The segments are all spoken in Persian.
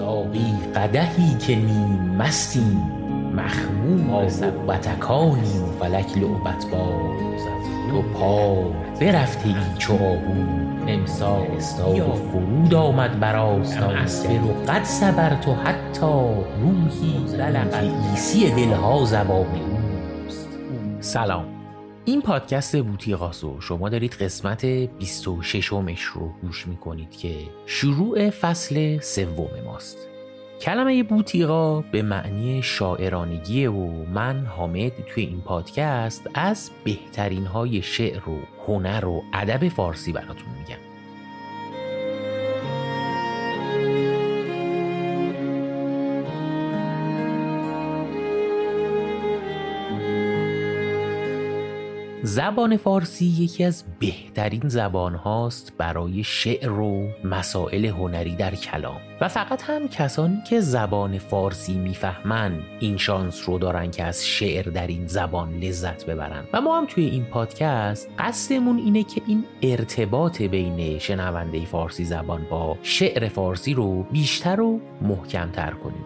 ساقی قدحی که نیم مستیم، مخمور صبوتکانیم و فلک لعبت باز از تو پا برفته ای چو آهو. امسال استاد و فرود آمد بر آستان، اصبر و قد صبرت و حتی روحی که عیسی دلها زبان اوست. سلام، این پادکست بوتیقاسو شما دارید قسمت 26مش رو گوش میکنید که شروع فصل سوم ماست. کلمه بوتیقا به معنی شاعرانگیه و من حامد توی این پادکست از بهترین های شعر و هنر و ادب فارسی براتون میگم. زبان فارسی یکی از بهترین زبان هاست برای شعر و مسائل هنری در کلام و فقط هم کسانی که زبان فارسی میفهمن این شانس رو دارن که از شعر در این زبان لذت ببرن و ما هم توی این پادکست قصدمون اینه که این ارتباط بین شنونده فارسی زبان با شعر فارسی رو بیشتر و محکم‌تر کنیم.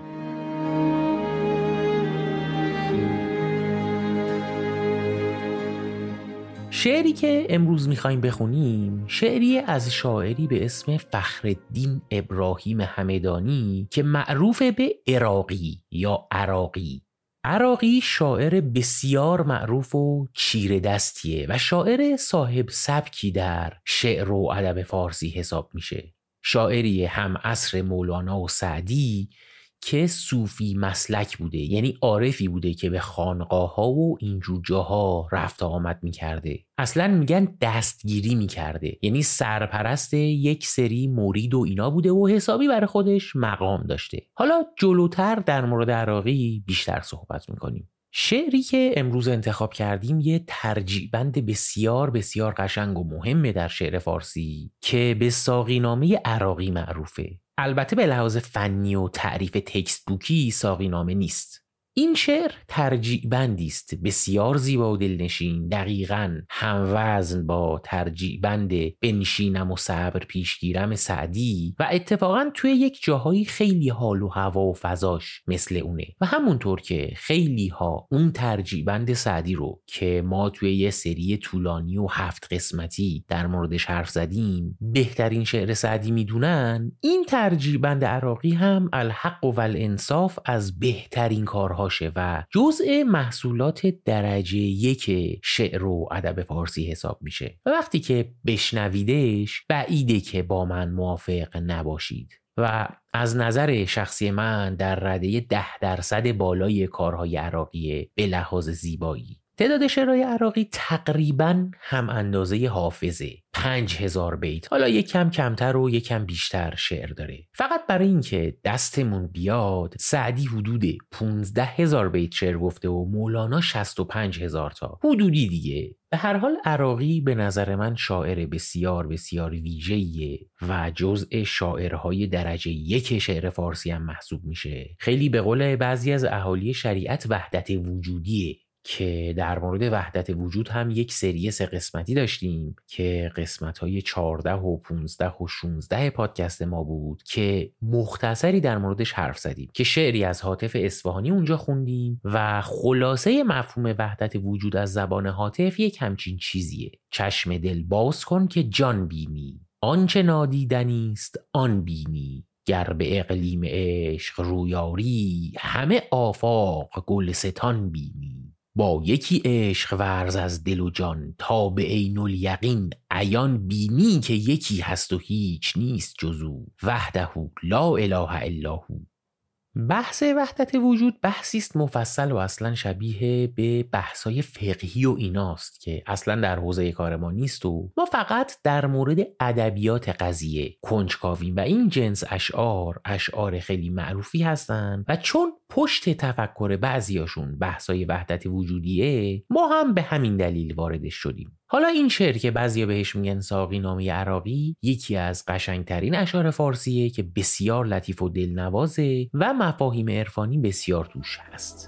شعری که امروز میخوایم بخونیم شعری از شاعری به اسم فخرالدین ابراهیم همدانی که معروف به عراقی یا عراقی. عراقی شاعر بسیار معروف و چیره دستیه و شاعر صاحب سبکی در شعر و ادب فارسی حساب میشه. شاعری هم عصر مولانا و سعدی که صوفی مسلک بوده، یعنی عارفی بوده که به خانقاه ها و اینجور جاها رفت آمد میکرده. اصلا میگن دستگیری میکرده، یعنی سرپرست یک سری مرید و اینا بوده و حسابی برای خودش مقام داشته. حالا جلوتر در مورد عراقی بیشتر صحبت میکنیم. شعری که امروز انتخاب کردیم یه ترجیع‌بند بسیار بسیار قشنگ و مهمه در شعر فارسی که به ساقینامه عراقی معروفه. البته به لحاظ فنی و تعریف تکست بوکی ساقینامه نیست. این شعر ترجیع‌بندی است بسیار زیبا و دلنشین، دقیقاً هموزن با ترجیع‌بند بنشینم و صبر پیشگیرم سعدی و اتفاقاً توی یک جاهایی خیلی حال و هوا و فضاش مثل اونه و همونطور که خیلی ها اون ترجیع‌بند سعدی رو که ما توی یه سری طولانی و 7 قسمتی در موردش حرف زدیم بهترین شعر سعدی میدونن، این ترجیع‌بند عراقی هم الحق و الانصاف از بهترین کارها و جزء محصولات درجه 1 شعر و ادب فارسی حساب میشه و وقتی که بشنویدش بعیده که با من موافق نباشید و از نظر شخصی من در رده 10% بالای کارهای عراقیه به لحاظ زیبایی. تعداد شعرهای عراقی تقریباً هم اندازه حافظه، 5000 بیت، حالا یک کم کمتر و یک کم بیشتر شعر داره. فقط برای اینکه دستمون بیاد سعدی حدود 15000 بیت شعر گفته و مولانا 65000 تا، حدودی دیگه. به هر حال عراقی به نظر من شاعر بسیار بسیار ویژه‌ایه و جزء شاعرهای درجه 1 شعر فارسی هم محسوب میشه. خیلی به قول بعضی از اهالی شریعت وحدت وجودیه که در مورد وحدت وجود هم یک سری 3 قسمتی داشتیم که قسمت‌های 14 و 15 و 16 پادکست ما بود که مختصری در موردش حرف زدیم که شعری از حاطف اصفهانی اونجا خوندیم و خلاصه مفهوم وحدت وجود از زبان حاطف یک همچین چیزیه: چشم دل باز کن که جان بینی، آنچه نادیدنی است آن بینی، گر به اقلیم عشق رویاری، همه آفاق گلستان بینی. با یکی عشق ورز از دل و جان، تا به عین الیقین عیان بینی که یکی هست و هیچ نیست جزو، وحده لا اله الا هو. بحث وحدت وجود بحثی است مفصل و اصلا شبیه به بحث‌های فقهی و ایناست که اصلا در حوزه کار ما نیست و ما فقط در مورد ادبیات قضیه کنجکاویم و این جنس اشعار خیلی معروفی هستن و چون پشت تفکر بعضیاشون بحث‌های وحدت وجودیه ما هم به همین دلیل واردش شدیم. حالا این شعر که بعضیا بهش میگن ساقینامه عراقی یکی از قشنگترین اشعار فارسیه که بسیار لطیف و دلنوازه و مفاهیم عرفانی بسیار توش هست.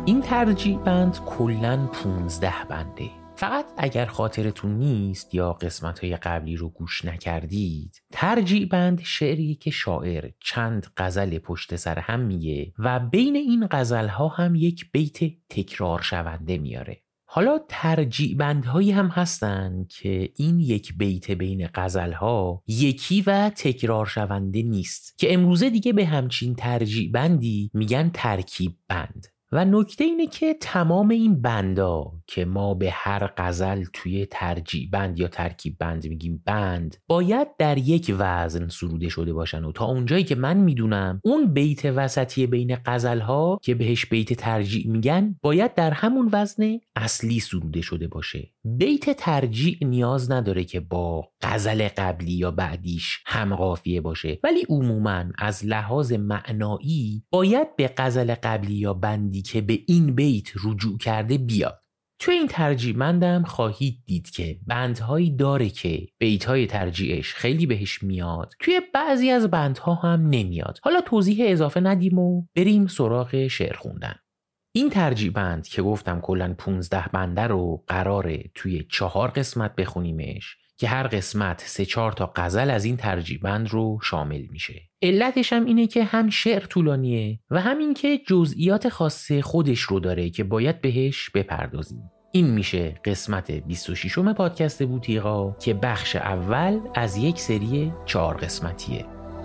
این ترجیع بند کلاً 15 بنده. فقط اگر خاطرتون نیست یا قسمت‌های قبلی رو گوش نکردید، ترجیع بند شعری که شاعر چند غزل پشت سر هم میگه و بین این غزل‌ها هم یک بیت تکرار شونده میاره. حالا ترجیع بندهایی هم هستن که این یک بیت بین غزل‌ها یکی و تکرار شونده نیست که امروزه دیگه به همچین ترجیع بندی میگن ترکیب بند. و نکته اینه که تمام این بندا که ما به هر غزل توی ترجیع بند یا ترکیب بند میگیم بند، باید در یک وزن سروده شده باشن و تا اونجایی که من میدونم اون بیت وسطی بین غزل‌ها که بهش بیت ترجیع میگن باید در همون وزن اصلی سروده شده باشه. بیت ترجیع نیاز نداره که با غزل قبلی یا بعدیش هم قافیه باشه، ولی عموماً از لحاظ معنایی باید به غزل قبلی یا بندی که به این بیت رجوع کرده بیاد. توی این ترجیع بندم خواهید دید که بندهایی داره که بیتهای ترجیعش خیلی بهش میاد، توی بعضی از بندها هم نمیاد. حالا توضیح اضافه ندیم و بریم سراغ شعر خوندن. این ترجیع بند که گفتم کلاً 15 بنده رو قراره توی 4 قسمت بخونیمش که هر قسمت 3-4 تا غزل از این ترجیع بند رو شامل میشه. علتش هم اینه که هم شعر طولانیه و هم این که جزئیات خاص خودش رو داره که باید بهش بپردازیم. این میشه قسمت 26 پادکست بوتیقا که بخش اول از یک سری 4 قسمتیه.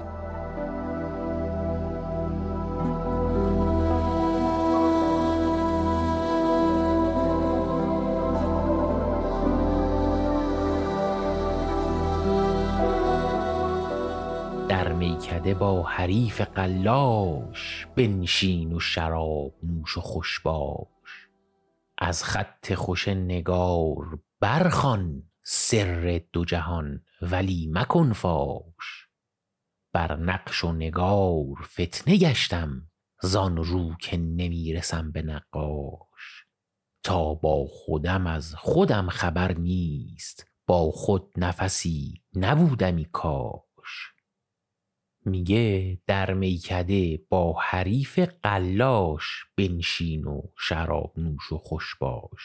در میکده با حریف قلاش بنشین و شراب نوش و خوش باش. از خط خوش نگار برخوان سر دو جهان ولی مکن فاش. بر نقش و نگار فتنه گشتم زان رو که نمیرسم به نقاش. تا با خودم از خودم خبر نیست با خود نفسی نبودمی کاش. میگه در میکده با حریف قلاش بنشین و شراب نوش و خوش باش.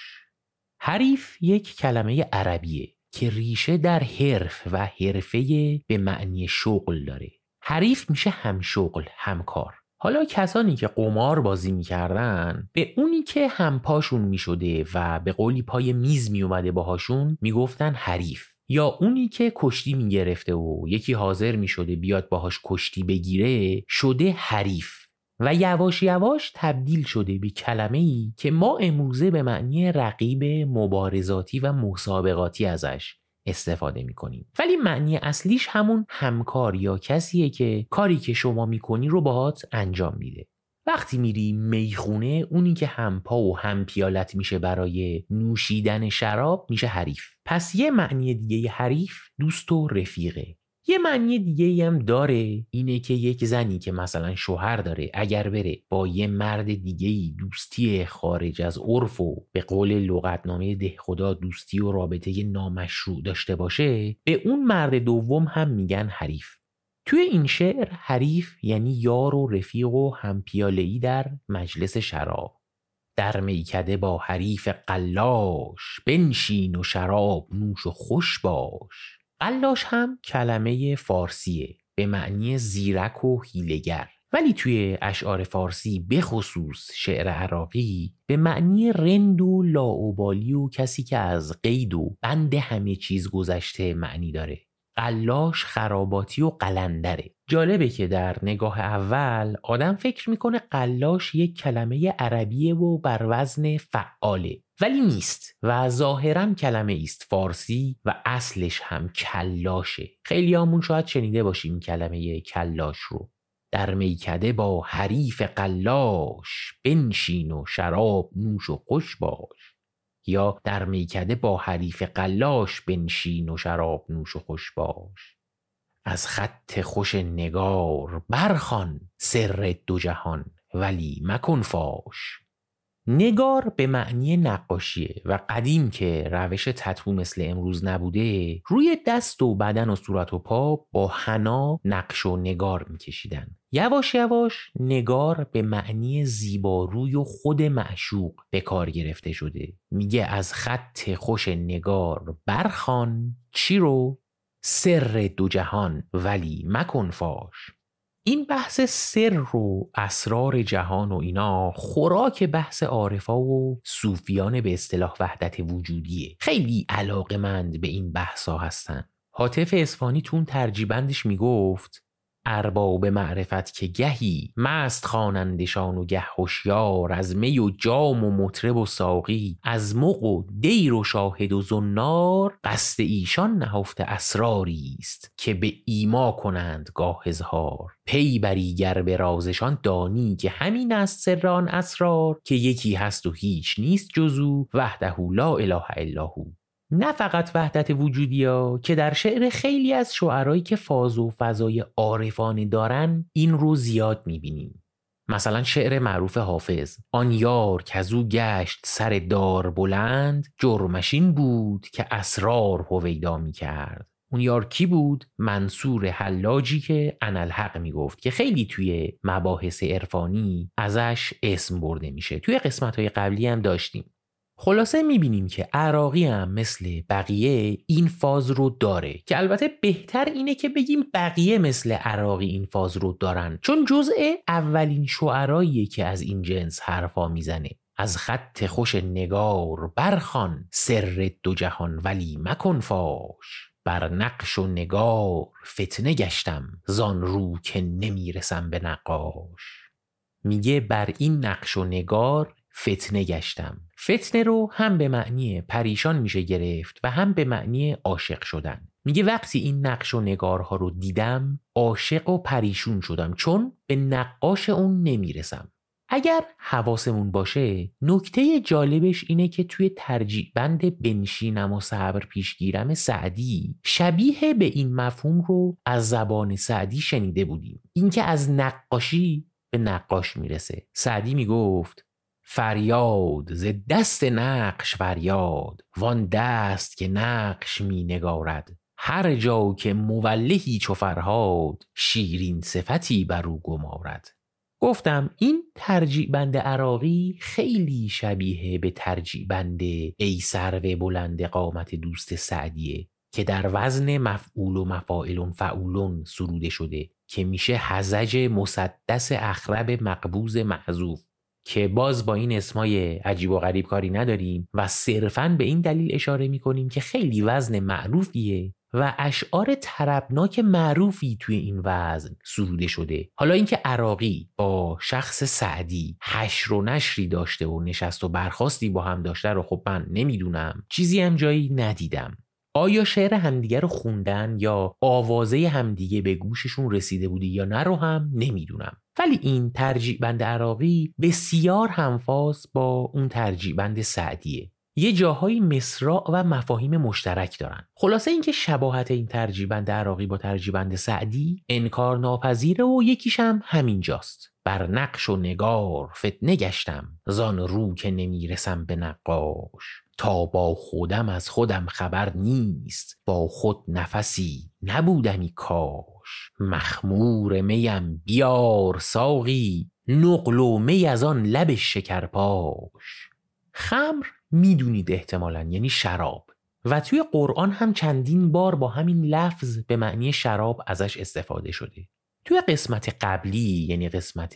حریف یک کلمه عربیه که ریشه در حرف و حرفه به معنی شغل داره. حریف میشه هم شغل همکار. حالا کسانی که قمار بازی میکردن به اونی که همپاشون میشده و به قولی پای میز میومده باهاشون میگفتن حریف، یا اونی که کشتی میگرفته و یکی حاضر میشده بیاد باهاش کشتی بگیره شده حریف و یواش یواش تبدیل شده به کلمه‌ای که ما امروزه به معنی رقیب مبارزاتی و مسابقاتی ازش استفاده میکنیم، ولی معنی اصلیش همون همکار یا کسیه که کاری که شما میکنی رو باهات انجام میده. وقتی میری میخونه اونی که همپا و هم پیالت میشه برای نوشیدن شراب میشه حریف. پس یه معنی دیگه حریف دوست و رفیقه. یه معنی دیگه هم داره، اینه که یک زنی که مثلا شوهر داره اگر بره با یه مرد دیگه‌ای دوستی خارج از عرف و به قول لغتنامه دهخدا دوستی و رابطه نامشروع داشته باشه به اون مرد دوم هم میگن حریف. توی این شعر حریف یعنی یار و رفیق و همپیاله‌ای در مجلس شراب. در میکده با حریف قلاش بنشین و شراب نوش و خوش باش. قلاش هم کلمه فارسیه به معنی زیرک و حیله‌گر، ولی توی اشعار فارسی به خصوص شعر عراقی به معنی رند و لاابالی و کسی که از قید و بند همه چیز گذشته معنی داره. قلاش خراباتی و قلندره. جالبه که در نگاه اول آدم فکر میکنه قلاش یک کلمه عربیه و بر وزن فعاله، ولی نیست و ظاهراً کلمه است فارسی و اصلش هم کلاشه. خیلی همون شاید شنیده باشیم کلمه کلاش رو. در میکده با حریف قلاش بنشین و شراب نوش و خوش باش، یا در میکده با حریف قلاش بنشین و شراب نوش و خوش باش. از خط خوش نگار برخوان سر دو جهان ولی مکن فاش. نگار به معنی نقاشیه و قدیم که روش تتو مثل امروز نبوده، روی دست و بدن و صورت و پا با حنا نقش و نگار میکشیدن. یواش یواش نگار به معنی زیباروی و خود معشوق به کار گرفته شده. میگه از خط خوش نگار برخوان چی رو؟ سر دو جهان ولی مکن فاش. این بحث سر و اسرار جهان و اینا خوراک بحث عارفا و صوفیان به اصطلاح وحدت وجودیه. خیلی علاقمند به این بحثا هستن. حاطف اصفهانی تون ترجیبندش میگفت ارباب معرفت که گهی مست خوانندشان و گه هوشیار، از می و جام و مطرب و ساقی، از مغ و دیر و شاهد و زنار، قصد ایشان نهفته اسراری است که به ایما کنند گاه اظهار. پی بری گر به رازشان دانی که همین است سر آن اسرار، که یکی هست و هیچ نیست جزو وحده لا اله الا هو. نه فقط وحدت وجودیا که در شعر خیلی از شعرایی که فاز و فضای عارفانه دارن این رو زیاد میبینیم. مثلا شعر معروف حافظ، آن یار کزو گشت سر دار بلند، جرمشین بود که اسرار هویدا میکرد. اون یار کی بود؟ منصور حلاجی که انالحق میگفت که خیلی توی مباحث عرفانی ازش اسم برده میشه. توی قسمت‌های قبلی هم داشتیم. خلاصه میبینیم که عراقی هم مثل بقیه این فاز رو داره، که البته بهتر اینه که بگیم بقیه مثل عراقی این فاز رو دارن، چون جزء اولین شعراییه که از این جنس حرفا میزنه. از خط خوش نگار برخوان سر دو جهان ولی مکن فاش، بر نقش و نگار فتنه گشتم زان رو که نمیرسم به نقاش. میگه بر این نقش و نگار فتنه گشتم. فتنه رو هم به معنی پریشان میشه گرفت و هم به معنی عاشق شدن. میگه وقتی این نقش و نگارها رو دیدم عاشق و پریشون شدم، چون به نقاش اون نمیرسم. اگر حواسمون باشه نکته جالبش اینه که توی ترجیع بند بنشینم و صبر پیشگیرم سعدی شبیه به این مفهوم رو از زبان سعدی شنیده بودیم، اینکه از نقاشی به نقاش میرسه. سعدی میگفت فریاد ز دست نقش فریاد، وان دست که نقش می نگارد، هر جا که مولهی چو فرهاد، شیرین صفتی بر او گمارد. گفتم این ترجیع بند عراقی خیلی شبیه به ترجیع بند ای سرو بلند قامت دوست سعدیه که در وزن مفعول و مفاعل فعولون سروده شده، که میشه هزج مسدس اخرب مقبوض محذوف، که باز با این اسمای عجیب و غریب کاری نداریم و صرفاً به این دلیل اشاره میکنیم که خیلی وزن معروفیه و اشعار طربناک معروفی توی این وزن سروده شده. حالا اینکه عراقی با شخص سعدی حشر و نشری داشته و نشست و برخاستی با هم داشته رو خب من نمیدونم، چیزی هم جایی ندیدم. آیا شعر همدیگه رو خوندن یا آوازه همدیگه به گوششون رسیده بوده یا نه رو هم نمیدونم، ولی این ترجیع بند عراقی بسیار همفاز با اون ترجیع بند سعدیه. یه جاهای مصرع و مفاهیم مشترک دارن. خلاصه اینکه شباهت این ترجیع بند عراقی با ترجیع بند سعدی انکار ناپذیره و یکیش هم همینجاست. بر نقش و نگار فتنه گشتم، زان رو که نمیرسم به نقاش. تا با خودم از خودم خبر نیست، با خود نفسی نبودمی کاش. مخمور میم بیار ساقی، نقل و می از آن لب شکرپاش. خمر میدونید احتمالاً یعنی شراب، و توی قرآن هم چندین بار با همین لفظ به معنی شراب ازش استفاده شده. توی قسمت قبلی یعنی قسمت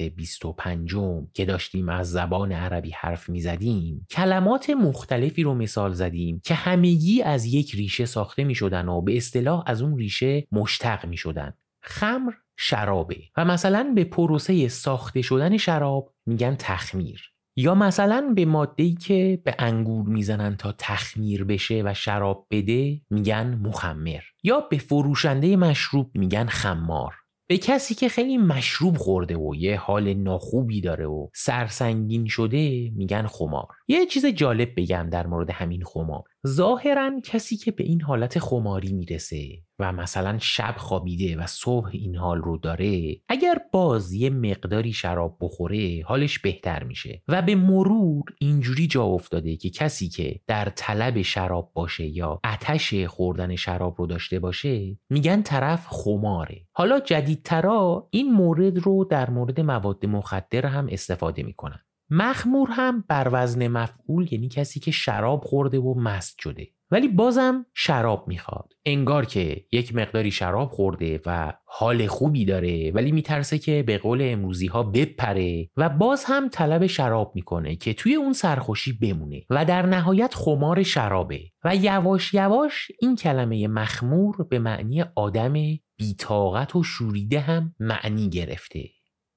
25 که داشتیم از زبان عربی حرف می زدیم، کلمات مختلفی رو مثال زدیم که همگی از یک ریشه ساخته می شدن و به اصطلاح از اون ریشه مشتق می شدن. خمر شرابه و مثلا به پروسه ساخته شدن شراب میگن تخمیر، یا مثلا به ماده‌ای که به انگور میزنن تا تخمیر بشه و شراب بده میگن مخمر، یا به فروشنده مشروب میگن خمار. به کسی که خیلی مشروب خورده و یه حال ناخوبی داره و سرسنگین شده میگن خمار. یه چیز جالب بگم در مورد همین خمار. ظاهراً کسی که به این حالت خماری میرسه و مثلا شب خوابیده و صبح این حال رو داره، اگر باز یه مقداری شراب بخوره حالش بهتر میشه و به مرور اینجوری جا افتاده که کسی که در طلب شراب باشه یا آتش خوردن شراب رو داشته باشه میگن طرف خماره. حالا جدیدترا این مورد رو در مورد مواد مخدر هم استفاده میکنن. مخمور هم بر وزن مفعول یعنی کسی که شراب خورده و مست شده ولی بازم شراب میخواد، انگار که یک مقداری شراب خورده و حال خوبی داره ولی میترسه که به قول امروزی ها بپره و باز هم طلب شراب میکنه که توی اون سرخوشی بمونه و در نهایت خمار شرابه. و یواش یواش این کلمه مخمور به معنی آدم بی‌طاقت و شوریده هم معنی گرفته.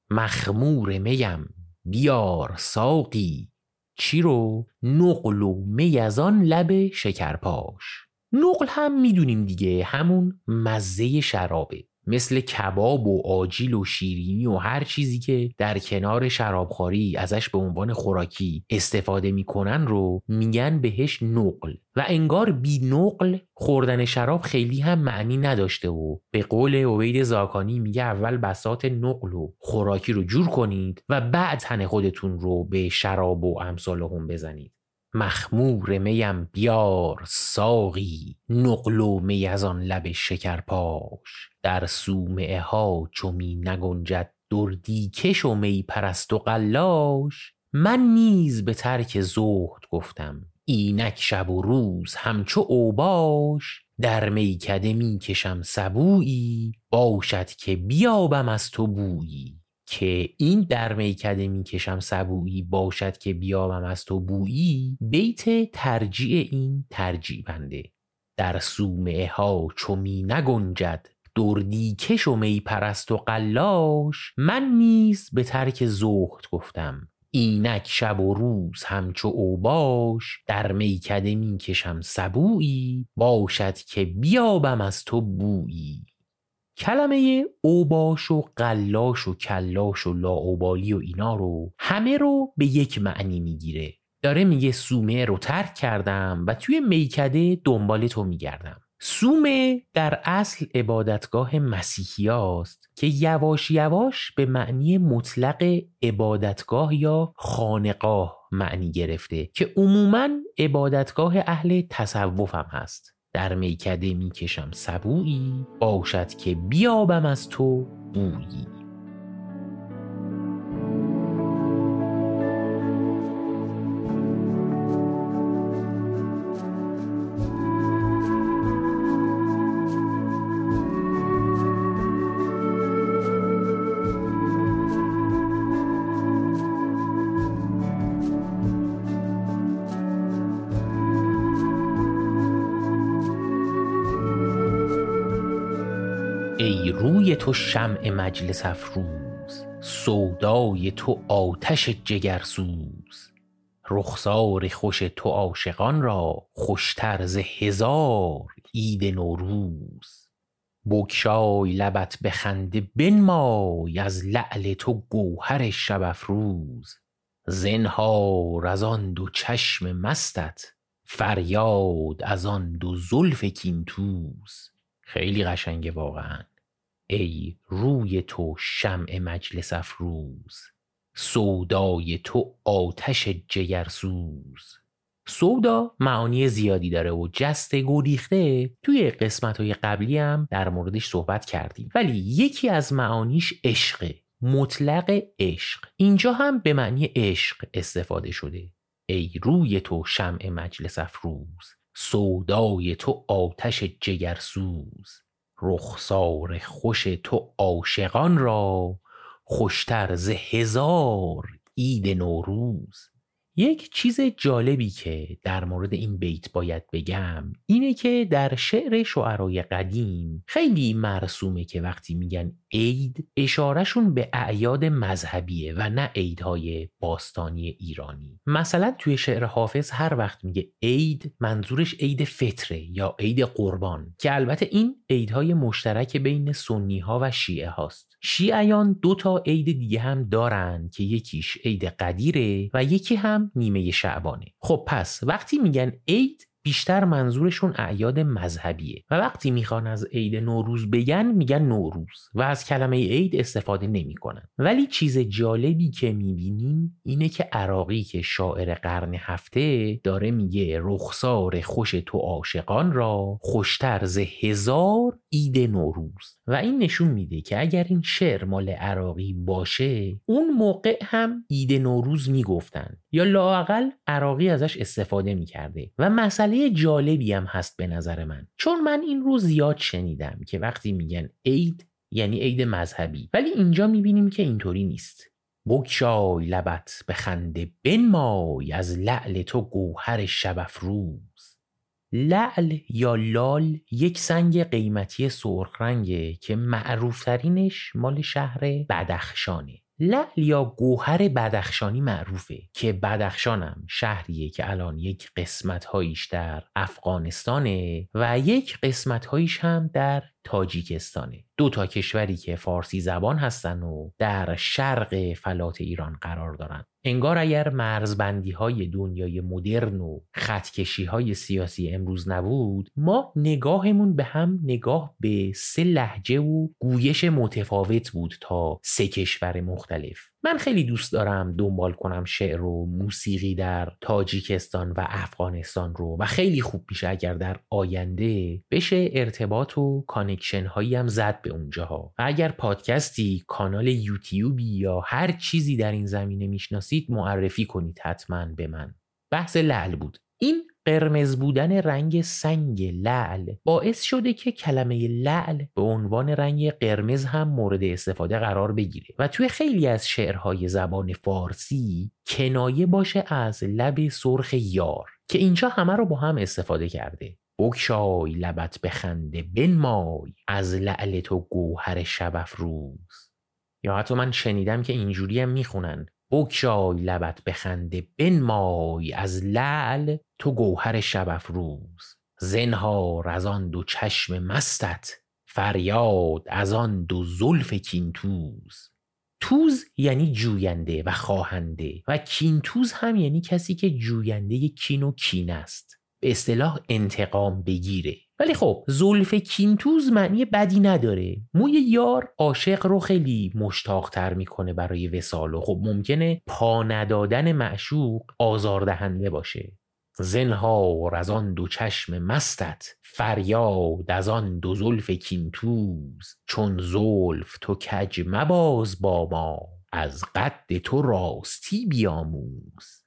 مخمور میم بیار ساقی، چی رو؟ نقل و می از آن لب شکرپاش. نقل هم میدونیم دیگه، همون مزه شرابه، مثل کباب و آجیل و شیرینی و هر چیزی که در کنار شرابخواری ازش به عنوان خوراکی استفاده میکنن رو میگن بهش نقل و انگار بی نقل خوردن شراب خیلی هم معنی نداشته و به قول عبید زاکانی میگه اول بساط نقل و خوراکی رو جور کنید و بعد تن خودتون رو به شراب و امثال هم بزنید. مخمور میم بیار ساقی، نقل و می از آن لب شکرپاش. در صومعه ها چو می نگنجد دردی کش و می پرست و قلاش. من نیز به ترک زهد گفتم اینک شب و روز همچو اوباش. در میکده می کشم سبویی، باشد که بیابم از تو بویی. که این در میکده می کشم سبویی باشد که بیابم از تو بویی بیت ترجیع این ترجیع بنده. در صومعه ها چو می نگنجد دردی کش و می پرست و قلاش. من نیز به ترک زهد گفتم اینک شب و روز همچو اوباش. در میکده می کشم سبویی باشد که بیابم از تو بویی. کلمه اوباش و قلاش و کلاش و لاابالی و اینا رو همه رو به یک معنی میگیره. داره میگه صومعه رو ترک کردم و توی میکده دنبال تو میگردم. صومعه در اصل عبادتگاه مسیحی هاست که یواش یواش به معنی مطلق عبادتگاه یا خانقاه معنی گرفته که عموماً عبادتگاه اهل تصوف هم هست. در میکده میکشم سبویی باشد که بیابم از تو بویی. ای روی تو شمع مجلس افروز، سودای تو آتش جگرسوز. رخسار خوش تو عاشقان را خوشتر ز 1000 عید نوروز. بگشای لبت به خنده بنمای از لعل تو گوهر شب افروز. زنهار از آن دو چشم مستت، فریاد از آن دو زلف کینتوز. خیلی قشنگه واقعا. ای روی تو شمع مجلس افروز، سودای تو آتش جگرسوز. سودا معانی زیادی داره و جست گریخته توی قسمت‌های قبلی هم در موردش صحبت کردیم، ولی یکی از معانیش عشقه، مطلق عشق. اینجا هم به معنی عشق استفاده شده. ای روی تو شمع مجلس افروز، سودای تو آتش جگرسوز. رخسار خوش تو عاشقان را خوشتر ز 1000 عید نوروز. یک چیز جالبی که در مورد این بیت باید بگم اینه که در شعر شعرای قدیم خیلی مرسومه که وقتی میگن عید اشارهشون به اعیاد مذهبیه و نه عیدهای باستانی ایرانی. مثلا توی شعر حافظ هر وقت میگه عید منظورش عید فطره یا عید قربان که البته این عیدهای مشترک بین سنی ها و شیعه هاست. شیعیان 2 تا عید دیگه هم دارن که یکیش عید قدیره و یکی هم نیمه شعبانه. خب پس وقتی میگن عید بیشتر منظورشون اعیاد مذهبیه و وقتی میخوان از عید نوروز بگن میگن نوروز و از کلمه عید استفاده نمیکنن. ولی چیز جالبی که میبینیم اینه که عراقی که شاعر قرن هفته داره میگه رخسار خوش تو عاشقان را خوشتر ز 1000 عید نوروز و این نشون میده که اگر این شعر مال عراقی باشه اون موقع هم عید نوروز میگفتن یا لااقل عراقی ازش استفاده میکرده. و مسئله جالبی هم هست به نظر من، چون من این رو زیاد شنیدم که وقتی میگن عید یعنی عید مذهبی، ولی اینجا میبینیم که اینطوری نیست. بگشای لبت به خنده بنمای از لعل تو گوهر شب افروز. لعل یا لال یک سنگ قیمتی سرخ رنگه که معروفترینش مال شهر بدخشانه. لعل یا گوهر بدخشانی معروفه که بدخشانم شهریه که الان یک قسمت‌هایش در افغانستانه و یک قسمت‌هایش هم در تاجیکستانه. 2 تا کشوری که فارسی زبان هستن و در شرق فلات ایران قرار دارن. انگار اگر مرزبندی‌های دنیای مدرن و خطکشی‌های سیاسی امروز نبود، ما نگاهمون به هم نگاه به 3 لهجه و گویش متفاوت بود تا 3 کشور مختلف. من خیلی دوست دارم دنبال کنم شعر و موسیقی در تاجیکستان و افغانستان رو و خیلی خوب میشه اگر در آینده بشه ارتباط و کانکشن هایی هم زد به اونجاها. و اگر پادکستی، کانال یوتیوبی یا هر چیزی در این زمینه میشناسید معرفی کنید حتما به من. بحث لعل بود. این قرمز بودن رنگ سنگ لعل باعث شده که کلمه لعل به عنوان رنگ قرمز هم مورد استفاده قرار بگیره و توی خیلی از شعرهای زبان فارسی کنایه باشه از لب سرخ یار که اینجا همه رو با هم استفاده کرده. بگشای لبت به خنده بنمای از لعل تو گوهر شب افروز. یا حتی من شنیدم که اینجوری هم میخونن بگشای لبت به خنده بنمای از لعل تو گوهر شب افروز. زنهار از آن 2 چشم مستت فریاد از آن 2 زلف کینتوز. توز یعنی جوینده و خواهنده و کینتوز هم یعنی کسی که جوینده کین و کینه است، به اصطلاح انتقام بگیره. ولی خب زلف کینتوز معنی بدی نداره. موی یار عاشق رو خیلی مشتاق‌تر میکنه برای وصال و خب ممکنه پا ندادن معشوق آزاردهنده باشه. زنهار از آن 2 چشم مستت فریاد از آن 2 زلف کینتوز. چون زلف تو کج مباز با ما از قد تو راستی بیاموز.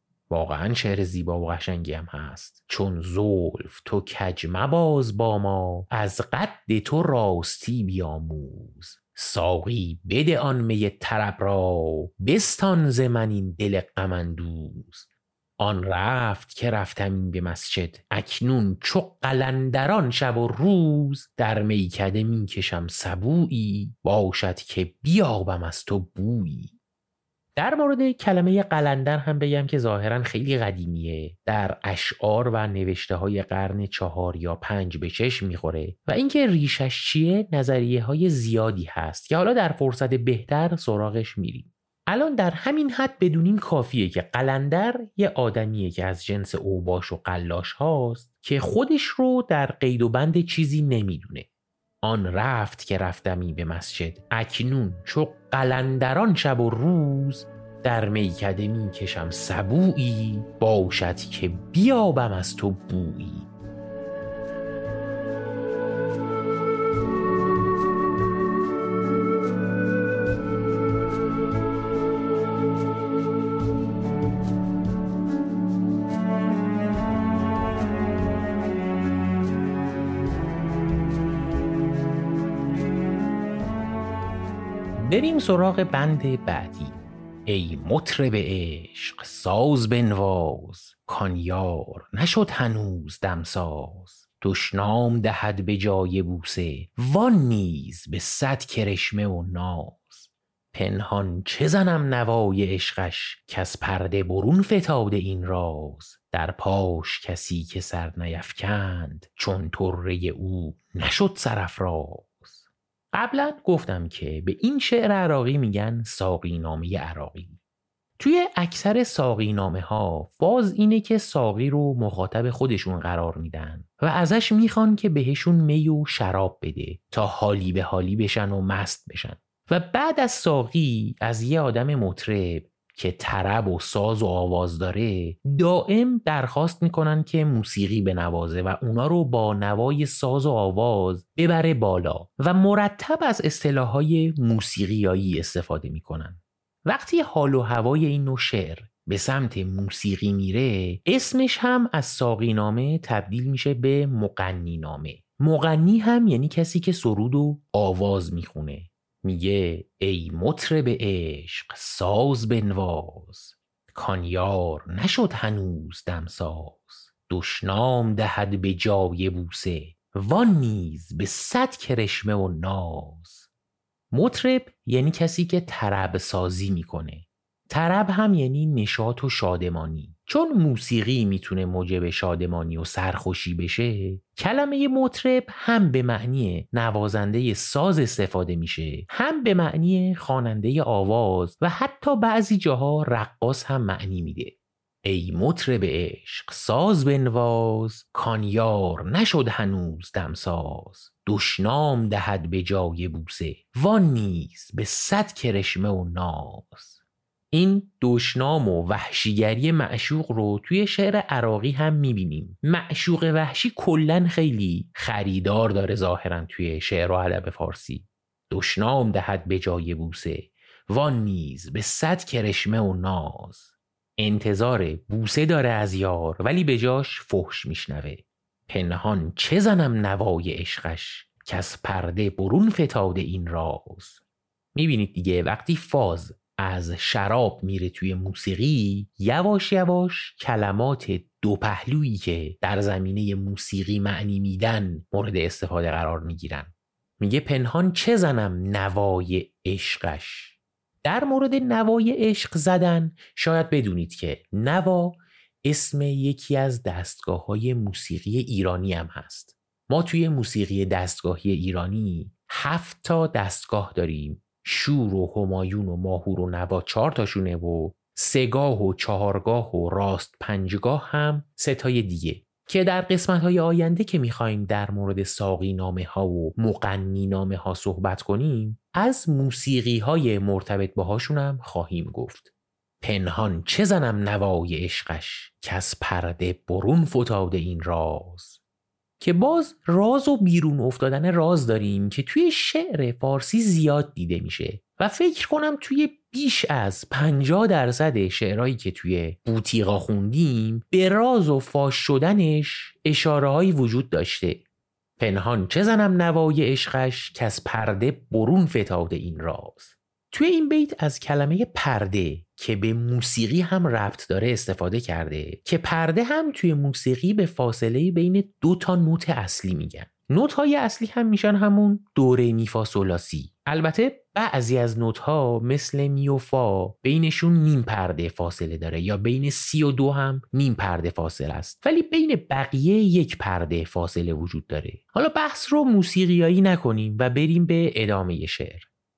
واقعا شعر زیبا و قشنگی هم هست. چون زلف تو کج مباز با ما از قد تو راستی بیاموز. ساقی بده آن می طرب را بستان ز من این دل غم اندوز. آن رفت که رفتم به مسجد اکنون چو قلندران شب و روز. در میکده می کشم سبویی باشد که بیابم از تو بویی. در مورد کلمه قلندر هم بگم که ظاهرا خیلی قدیمیه، در اشعار و نوشته های قرن 4 یا 5 به چشم میخوره و اینکه ریشش چیه نظریه های زیادی هست که حالا در فرصت بهتر سراغش میریم. الان در همین حد بدونیم کافیه که قلندر یه آدمیه که از جنس اوباش و قلاش هاست که خودش رو در قید و بند چیزی نمیدونه. آن رفت که رفتمی به مسجد اکنون چو قلندران شب و روز. در میکده می کشم سبویی باشد که بیابم از تو بویی. بریم سراغ بند بعدی. ای مطرب عشق ساز بنواز کان یار نشد هنوز دمساز. دشنام دهد به جای بوسه وان نیز به 100 کرشمه و ناز. پنهان چه زنم نوای عشقش کز پرده برون فتاده این راز. در پاش کسی که سر نیفکند چون طره او نشد سرافراز. قبلا گفتم که به این شعر عراقی میگن ساقی نامه عراقی. توی اکثر ساقی نامه ها فاز اینه که ساقی رو مخاطب خودشون قرار میدن و ازش میخوان که بهشون می و شراب بده تا حالی به حالی بشن و مست بشن. و بعد از ساقی از یه آدم مطرب که طرب و ساز و آواز داره دائم درخواست میکنن که موسیقی بنوازه و اونا رو با نوای ساز و آواز ببره بالا و مرتب از اصطلاحهای موسیقیایی استفاده میکنن. وقتی حال و هوای این نوع شعر به سمت موسیقی میره اسمش هم از ساقی نامه تبدیل میشه به مغنی نامه. مغنی هم یعنی کسی که سرود و آواز میخونه. میگه ای مطرب عشق ساز بنواز، کان یار نشد هنوز دمساز. دشنام دهد به جای بوسه، وان نیز به 100 کرشمه و ناز. مطرب یعنی کسی که طرب سازی میکنه. طرب هم یعنی نشاط و شادمانی. چون موسیقی میتونه موجب شادمانی و سرخوشی بشه، کلمه مطرب هم به معنی نوازنده ساز استفاده میشه، هم به معنی خواننده آواز و حتی بعضی جاها رقاص هم معنی میده. ای مطرب عشق ساز بنواز، کان یار نشد هنوز دمساز. دشنام دهد به جای بوسه، وان نیز به 100 کرشمه و ناز. این دشنام و وحشیگری معشوق رو توی شعر عراقی هم میبینیم. معشوق وحشی کلن خیلی خریدار داره ظاهرا توی شعر و ادب فارسی. دشنام دهد به جای بوسه، وان نیز به 100 کرشمه و ناز. انتظار بوسه داره از یار ولی به جاش فحش میشنوه. پنهان چه زنم نوای عشقش، که از پرده برون فتاده این راز. میبینید دیگه وقتی فاز از شراب میره توی موسیقی، یواش یواش کلمات دو پهلویی که در زمینه موسیقی معنی میدن مورد استفاده قرار میگیرن. میگه پنهان چه زنم نوای عشقش. در مورد نوای عشق زدن شاید بدونید که نوا اسم یکی از دستگاه‌های موسیقی ایرانی هم هست. ما توی موسیقی دستگاهی ایرانی 7 تا دستگاه داریم. شور و همایون و ماهور و نوا 4 تاشونه و 3 گاه و 4 گاه و راست 5 گاه هم 3 تای دیگه که در قسمت‌های آینده که می‌خوایم در مورد ساقی نامه ها و مغنی نامه ها صحبت کنیم از موسیقی‌های مرتبط باهاشون هم خواهیم گفت. پنهان چه زنم نوای عشقش، که از پرده برون فتاده این راز. که باز راز و بیرون افتادن راز داریم که توی شعر فارسی زیاد دیده میشه و فکر کنم توی بیش از 50% شعرهایی که توی بوتیقا خوندیم به راز و فاش شدنش اشاره‌هایی وجود داشته. پنهان چه زنم نوای عشقش، که از پرده برون فتاده این راز. توی این بیت از کلمه پرده که به موسیقی هم ربط داره استفاده کرده که پرده هم توی موسیقی به فاصله بین 2 تا نوت اصلی میگن. نوت های اصلی هم میشن همون دو ره می فا sol لا سی. البته بعضی از نوت ها مثل می و فا بینشون نیم پرده فاصله داره یا بین 3 و 2 هم نیم پرده فاصله است، ولی بین بقیه 1 پرده فاصله وجود داره. حالا بحث رو موسیقیایی نکنیم و بریم به ادامه شعر.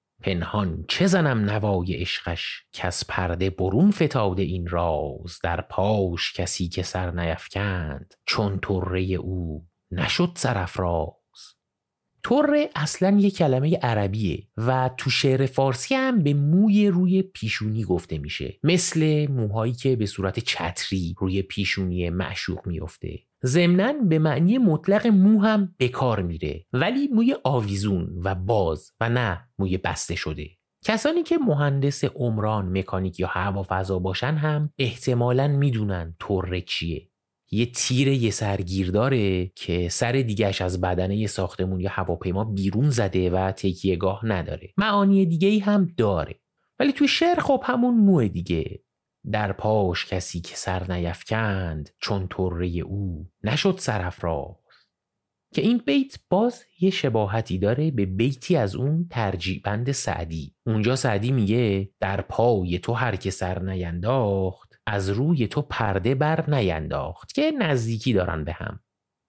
پنهان چه زنم نوای عشقش، که از پرده برون فتاده این راز. در پاش کسی که سر نیفکند، چون طره او نشد سرافراز. طره اصلا یک کلمه عربیه و تو شعر فارسی هم به موی روی پیشونی گفته میشه، مثل موهایی که به صورت چتری روی پیشونی معشوق میفته. ضمناً به معنی مطلق مو هم به کار میره، ولی موی آویزون و باز و نه موی بسته شده. کسانی که مهندس عمران، مکانیک یا هوافضا باشن هم احتمالاً میدونن طره چیه. یه تیر یه سرگیر داره که سر دیگهش از بدن یه ساختمون یا هواپیما بیرون زده و تکیهگاه نداره. معانی دیگه‌ای هم داره، ولی توی شعر خب همون موه دیگه. در پاش کسی که سر نیفکند، چون طره او نشد سرافراز. که این بیت باز یه شباهتی داره به بیتی از اون ترجیبند سعدی. اونجا سعدی میگه در پای تو هر که سر نینداخت، از روی تو پرده بر نینداخت، که نزدیکی دارن به هم.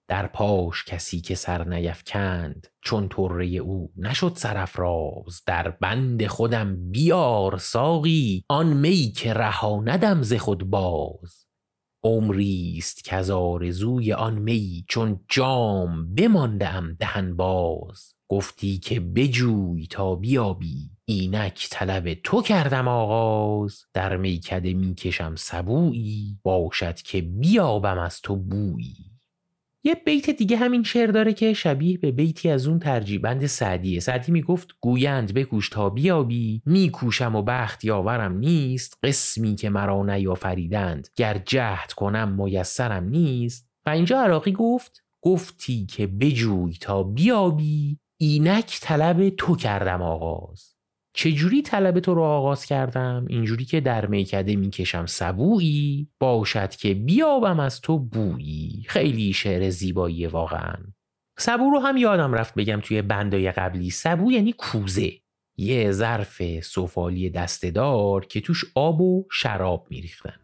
در پاش کسی که سر نیفکند، چون طره او نشد سرافراز. در بند خودم بیار ساقی، آن می که رهاندم ز خود باز. عمریست کز آرزوی آن می، چون جام بمانده ام دهن باز. گفتی که بجوی تا بیابی، اینک طلب تو کردم آغاز. در میکده میکشم سبویی، باشد که بیابم از تو بویی. یه بیت دیگه همین شعر داره که شبیه به بیتی از اون ترجیبند سعدیه. سعدی میگفت گویند بکوش تا بیابی، میکوشم و بخت یاورم نیست. قسمی که مرا نیافریدند، گر جهد کنم میسرم نیست. و اینجا عراقی گفتی که بجوی تا بیابی، اینک طلب تو کردم آغاز. چجوری طلب تو رو آغاز کردم؟ اینجوری که در میکده میکشم سبویی، باشد که بیابم از تو بویی. خیلی شعر زیباییه واقعا. سبو رو هم یادم رفت بگم توی بندای قبلی. سبو یعنی کوزه، یه ظرف سفالی دسته‌دار که توش آب و شراب میریختن.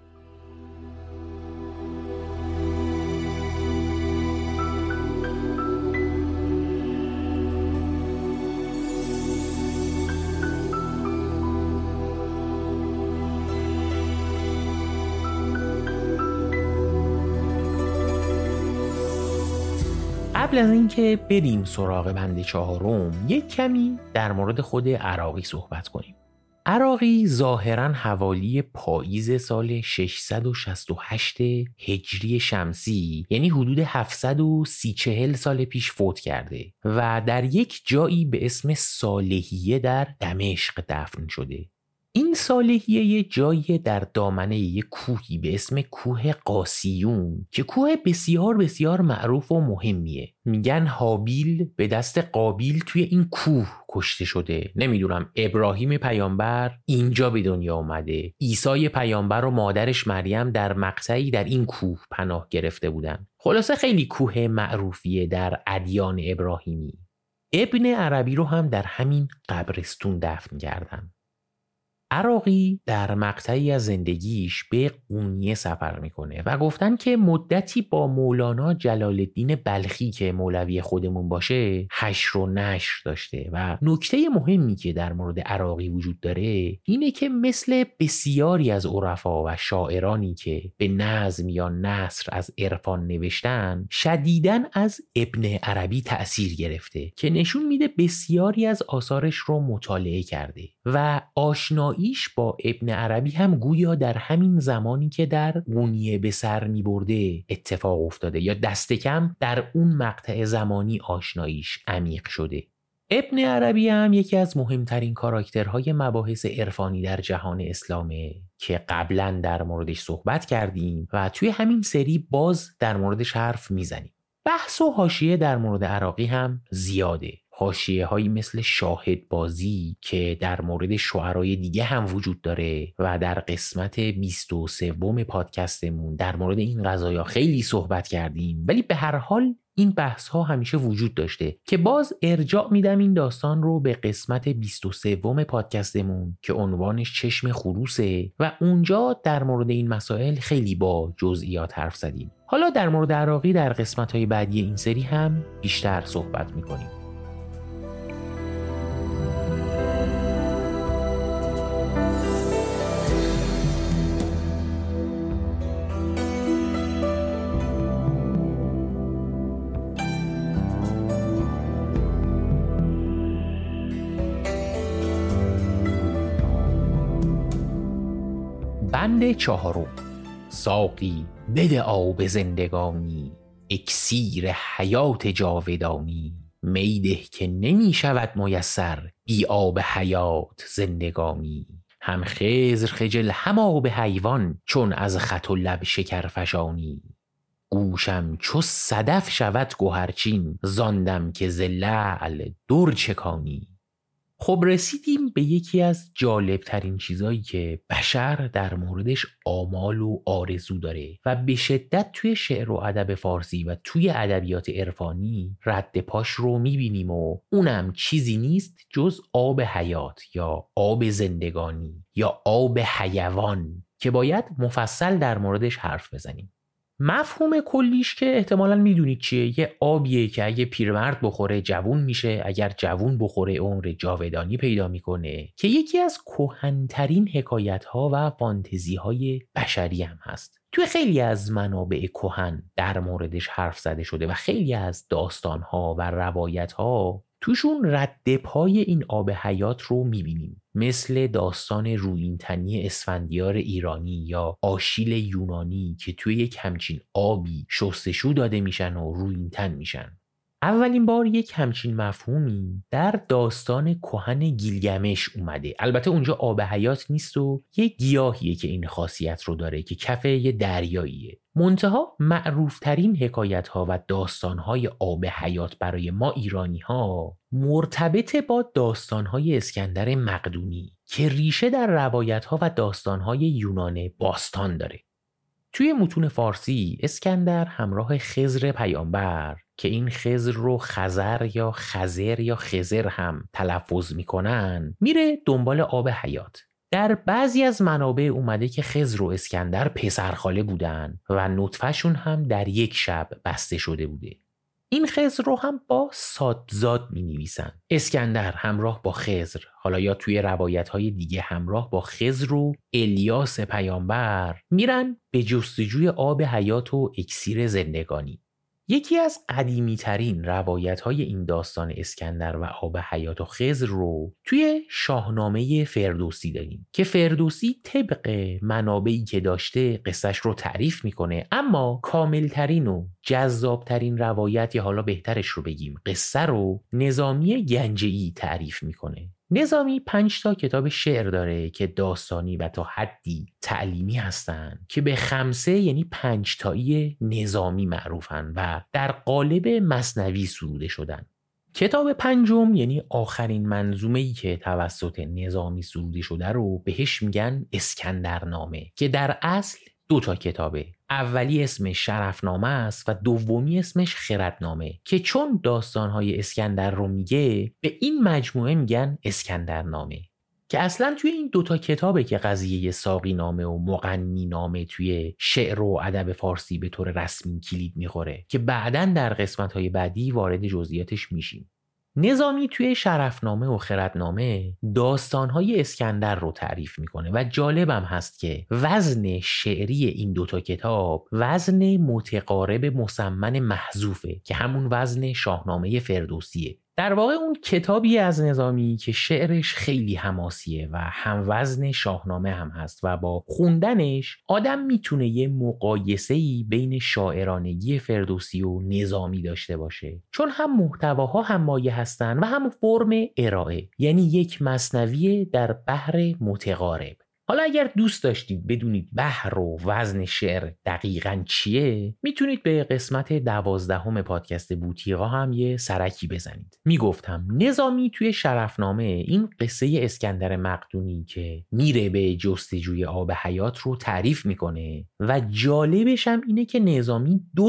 قبل از اینکه بریم سراغ بند چهارم، یک کمی در مورد خود عراقی صحبت کنیم. عراقی ظاهراً حوالی پاییز سال 668 هجری شمسی، یعنی حدود 730 سال پیش فوت کرده و در یک جایی به اسم صالحیه در دمشق دفن شده. این صالحیه یه جایی در دامنه یه کوهی به اسم کوه قاسیون که کوه بسیار بسیار معروف و مهمیه. میگن هابیل به دست قابیل توی این کوه کشته شده. نمیدونم ابراهیم پیامبر اینجا به دنیا اومده، عیسی پیامبر و مادرش مریم در مقطعی در این کوه پناه گرفته بودن. خلاصه خیلی کوه معروفیه در ادیان ابراهیمی. ابن عربی رو هم در همین قبرستون دفن کردن. عراقی در مقطعی از زندگیش به قونیه سفر میکنه و گفتن که مدتی با مولانا جلال الدین بلخی که مولوی خودمون باشه حشر و نشر داشته. و نکته مهمی که در مورد عراقی وجود داره اینه که مثل بسیاری از عرفا و شاعرانی که به نظم یا نثر از عرفان نوشتن، شدیداً از ابن عربی تأثیر گرفته که نشون میده بسیاری از آثارش رو مطالعه کرده و آشناییش با ابن عربی هم گویا در همین زمانی که در قونیه به سر می برده اتفاق افتاده، یا دست کم در اون مقطع زمانی آشناییش عمیق شده. ابن عربی هم یکی از مهمترین کاراکترهای مباحث عرفانی در جهان اسلامه که قبلا در موردش صحبت کردیم و توی همین سری باز در موردش حرف میزنیم. بحث و حاشیه در مورد عراقی هم زیاده. حاشیه هایی مثل شاهد بازی که در مورد شعرای دیگه هم وجود داره و در قسمت 23 پادکستمون در مورد این قضایا خیلی صحبت کردیم، ولی به هر حال این بحث ها همیشه وجود داشته که باز ارجاع میدم این داستان رو به قسمت 23 پادکستمون که عنوانش چشم خروسه و اونجا در مورد این مسائل خیلی با جزئیات حرف زدیم. حالا در مورد عراقی در قسمت های بعدی این سری هم بیشتر صحبت میکنیم. بند چهارم. ساقی بده آب زندگانی، اکسیر حیات جاودانی. میده که نمی شود میسر، بی آب حیات زندگانی. هم خضر خجل هم آب حیوان، چون از خط و لب شکر فشانی. گوشم چو صدف شود گوهرچین، زاندم که ز لعل در چکانی. خب رسیدیم به یکی از جالب ترین چیزایی که بشر در موردش آمال و آرزو داره و به شدت توی شعر و ادب فارسی و توی ادبیات عرفانی رد پاش رو میبینیم و اونم چیزی نیست جز آب حیات یا آب زندگانی یا آب حیوان که باید مفصل در موردش حرف بزنیم. مفهوم کلیش که احتمالاً میدونید چیه، یه آبیه که اگه پیرمرد بخوره جوون میشه، اگر جوون بخوره عمر جاودانی پیدا میکنه، که یکی از کهن‌ترین حکایت‌ها و فانتزی‌های بشری هم هست. توی خیلی از منابع کهن در موردش حرف زده شده و خیلی از داستان‌ها و روایت‌ها توشون رد پای این آب حیات رو میبینیم، مثل داستان رویینتنی اسفندیار ایرانی یا آشیل یونانی که توی یک همچین آبی شستشو داده میشن و رویینتن میشن. اولین بار یک همچین مفهومی در داستان کهن گیلگمش اومده. البته اونجا آب حیات نیست و یه گیاهیه که این خاصیت رو داره که کف یه دریاییه. منتها معروفترین حکایت ها و داستان های آب حیات برای ما ایرانی ها مرتبط با داستان های اسکندر مقدونی که ریشه در روایت ها و داستان های یونان باستان داره. توی متون فارسی اسکندر همراه خضر پیامبر که این خضر رو خزر یا خزر یا خزر هم تلفظ میکنن میره دنبال آب حیات. در بعضی از منابع اومده که خضر و اسکندر پسرخاله بودن و نطفه‌شون هم در یک شب بسته شده بوده. این خضر رو هم با صادزاد می نویسن. اسکندر همراه با خضر، حالا یا توی روایت‌های دیگه همراه با خضر و الیاس پیامبر میرن به جستجوی آب حیات و اکسیر زندگانی. یکی از قدیمی ترین روایت های این داستان اسکندر و آب حیات و خضر رو توی شاهنامه فردوسی داریم که فردوسی طبق منابعی که داشته قصهش رو تعریف میکنه، اما کاملترین و جذابترین روایت، یا حالا بهترش رو بگیم قصه رو، نظامی گنجه‌ای تعریف میکنه. نظامی 5 کتاب شعر داره که داستانی و تا حدی تعلیمی هستن که به خمسه یعنی 5 نظامی معروفن و در قالب مثنوی سروده شدن. کتاب 5 یعنی آخرین منظومه‌ای که توسط نظامی سروده شده رو بهش میگن اسکندرنامه که در اصل 2 کتابه. اولی اسمش شرفنامه است و دومی اسمش خردنامه که چون داستانهای اسکندر رو میگه به این مجموعه میگن اسکندرنامه، که اصلا توی این 2 کتابه که قضیه ساقی نامه و مغنی نامه توی شعر و ادب فارسی به طور رسمی کلید میخوره که بعداً در قسمت‌های بعدی وارد جزئیاتش میشیم. نظامی توی شرفنامه و خردنامه داستانهای اسکندر رو تعریف میکنه و جالبم هست که وزن شعری این 2 کتاب وزن متقارب مصمم محذوفه که همون وزن شاهنامه فردوسیه. در واقع اون کتابی از نظامی که شعرش خیلی حماسیه و هم وزن شاهنامه هم هست و با خوندنش آدم میتونه یه مقایسه‌ای بین شاعرانگی فردوسی و نظامی داشته باشه، چون هم محتواها هم مایه هستن و هم فرم ارائه، یعنی یک مثنوی در بحر متقارب. حالا اگر دوست داشتید بدونید بحر و وزن شعر دقیقاً چیه، میتونید به قسمت 12 پادکست بوتیقا هم یه سرکی بزنید. میگفتم نظامی توی شرفنامه این قصه اسکندر مقدونی که میره به جستجوی آب حیات رو تعریف میکنه و جالبش هم اینه که نظامی 2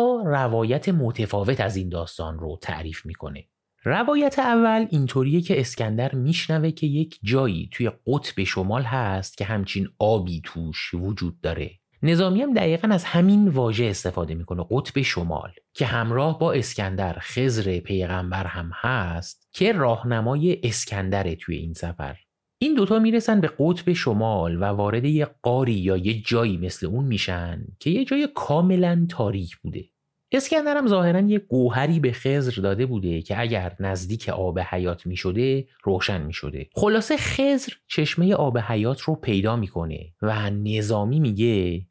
روایت متفاوت از این داستان رو تعریف میکنه. روایت اول اینطوریه که اسکندر میشنوه که یک جایی توی قطب شمال هست که همچین آبی توش وجود داره. نظامی هم دقیقاً از همین واژه استفاده میکنه، قطب شمال، که همراه با اسکندر خضر پیغمبر هم هست که راهنمای اسکندره توی این سفر. این 2 میرسن به قطب شمال و وارد یه غاری یا یه جایی مثل اون میشن که یه جای کاملاً تاریک بوده. اسکندر هم ظاهراً یه گوهری به خضر داده بوده که اگر نزدیک آب حیات می شده روشن می شده. خلاصه خضر چشمه آب حیات رو پیدا میکنه و نظامی میگه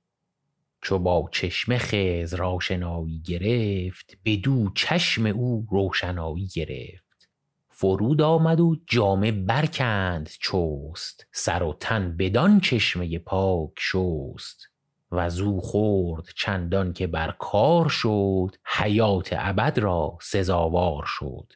چو با چشمه خضر آشنایی گرفت، بدو چشم او روشنایی گرفت. فرود آمد و جامه برکند چست، سر و تن بدان چشمه پاک شست. و زو خورد چندان که بر کار شد، حیات ابد را سزاوار شد.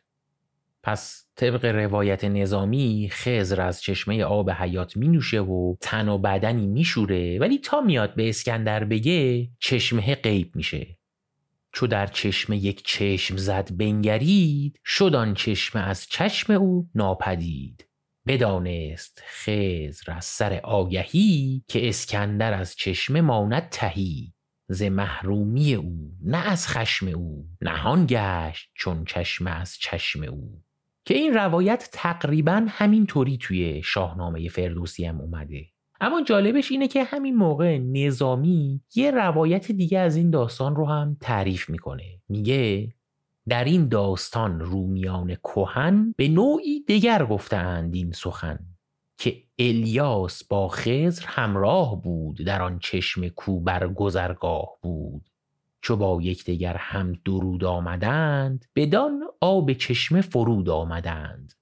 پس طبق روایت نظامی خضر از چشمه آب حیات می نوشه و تن و بدنی می شوره، ولی تا میاد به اسکندر بگه چشمه غیب میشه. چو در چشمه یک چشم زد بنگرید، شد آن چشمه از چشم او ناپدید. بدانست خضر از سر آگهی، که اسکندر از چشمه ماند تهی. ز محرومی او نه از خشم او، نهان گشت چون چشم از چشم او. که این روایت تقریبا همین طوری توی شاهنامه فردوسی هم اومده. اما جالبش اینه که همین موقع نظامی یه روایت دیگه از این داستان رو هم تعریف میکنه. میگه در این داستان رومیان کهن به نوعی دگر گفتند این سخن، که الیاس با خضر همراه بود در آن چشم کو بر گذرگاه بود. چو با یکدیگر هم درود آمدند، بدان آب چشمه فرود آمدند.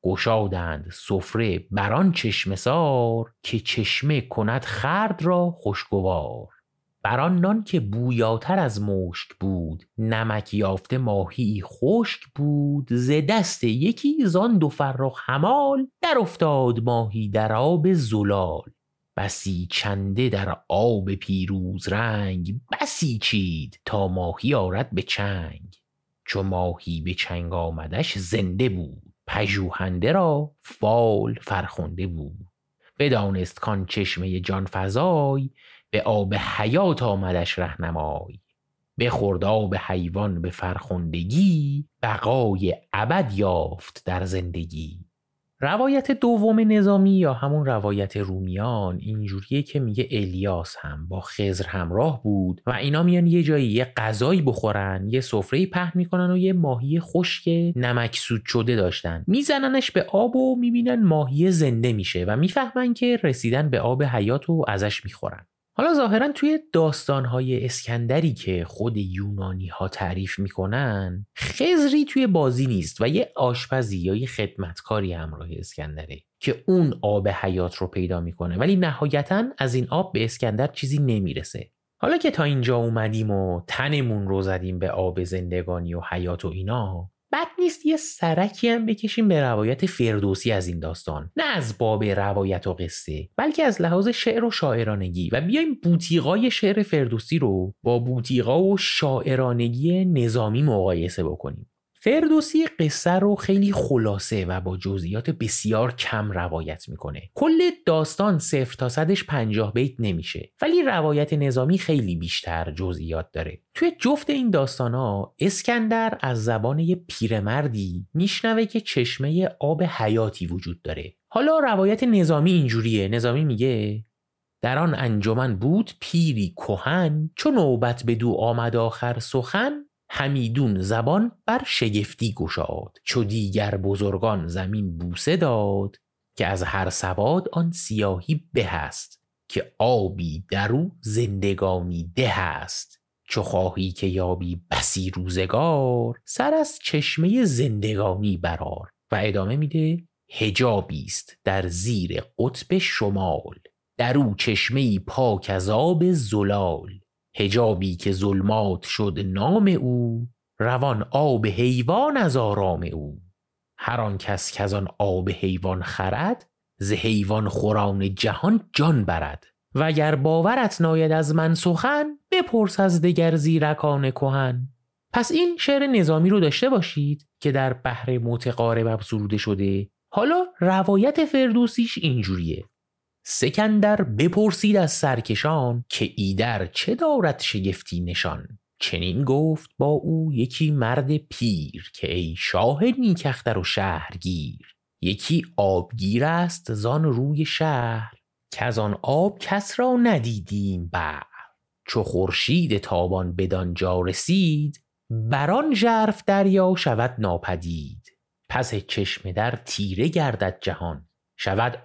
گشادند سفره بران چشمه سار، که چشمه کند خورد را خوشگوار. بران نان که بویاتر از مشک بود، نمک یافته ماهی خشک بود. ز دست یکی زان دو فرخ همال، در افتاد ماهی در آب زلال. بسی چنده در آب پیروز رنگ، بسی چید تا ماهی آرد به چنگ. چو ماهی به چنگ آمدش زنده بود، پژوهنده را فال فرخنده بود. بدانست کان چشمه جان فزای، به آب حیات آمدش رهنمای. بخورد آب حیوان به فرخندگی، بقای ابد یافت در زندگی. روایت دوم نظامی یا همون روایت رومیان اینجوریه که میگه الیاس هم با خضر همراه بود و اینا میان یه جایی یه غذایی بخورن، یه سفره‌ای پهن میکنن و یه ماهی خشک نمکسود شده داشتن، میزننش به آب و میبینن ماهی زنده میشه و میفهمن که رسیدن به آب حیات و ازش میخورن. حالا ظاهرا توی داستان‌های اسکندری که خود یونانی‌ها تعریف میکنن، خضری توی بازی نیست و یه آشپزی یا یه خدمتکاری همراه اسکندره که اون آب حیات رو پیدا میکنه، ولی نهایتاً از این آب به اسکندر چیزی نمیرسه. حالا که تا اینجا اومدیم و تنمون رو زدیم به آب زندگانی و حیات و اینا، بد نیست یه سرکی هم بکشیم به روایت فردوسی از این داستان، نه از باب روایت و قصه، بلکه از لحاظ شعر و شاعرانگی، و بیایم بوتیقای شعر فردوسی رو با بوتیقا و شاعرانگی نظامی مقایسه بکنیم. فردوسی قصه رو خیلی خلاصه و با جزئیات بسیار کم روایت میکنه. کل داستان 0 تا 100ش 50 بیت نمیشه، ولی روایت نظامی خیلی بیشتر جزئیات داره. توی جفت این داستانا اسکندر از زبان یه پیرمردی میشنوه که چشمه آب حیاتی وجود داره. حالا روایت نظامی اینجوریه. نظامی میگه در آن انجمن بود پیری کهن، چون نوبت بدو آمد آخر سخن. همیدون زبان بر شگفتی گشاد، چو دیگر بزرگان زمین بوسه داد. که از هر سواد آن سیاهی به است، که آبی درو زندگانی ده است. چو خواهی که یابی بسی روزگار، سر از چشمه زندگانی برار. و ادامه میده حجابی است در زیر قطب شمال، درو چشمه‌ای پاک از آب زلال. حجابی که ظلمات شد نام او، روان آب حیوان از آرام او. هر آن کس که از آن آب حیوان خرد، ز حیوان خوران جهان جان برد. و اگر باورت ناید از من سخن، بپرس از دگر زیرکان کهن. پس این شعر نظامی رو داشته باشید که در بحر متقارب سروده شده. حالا روایت فردوسیش اینجوریه: سکندر بپرسید از سرکشان، که ایدر چه دارد شگفتی نشان. چنین گفت با او یکی مرد پیر، که ای شاه نیکختر و شهرگیر. یکی آبگیر است زان روی شهر، که از آن آب کس را ندیدیم بر. چو خورشید تابان بدان جا رسید، بران ژرف دریا شود ناپدید. پس چشمه در تیره گردد جهان، شود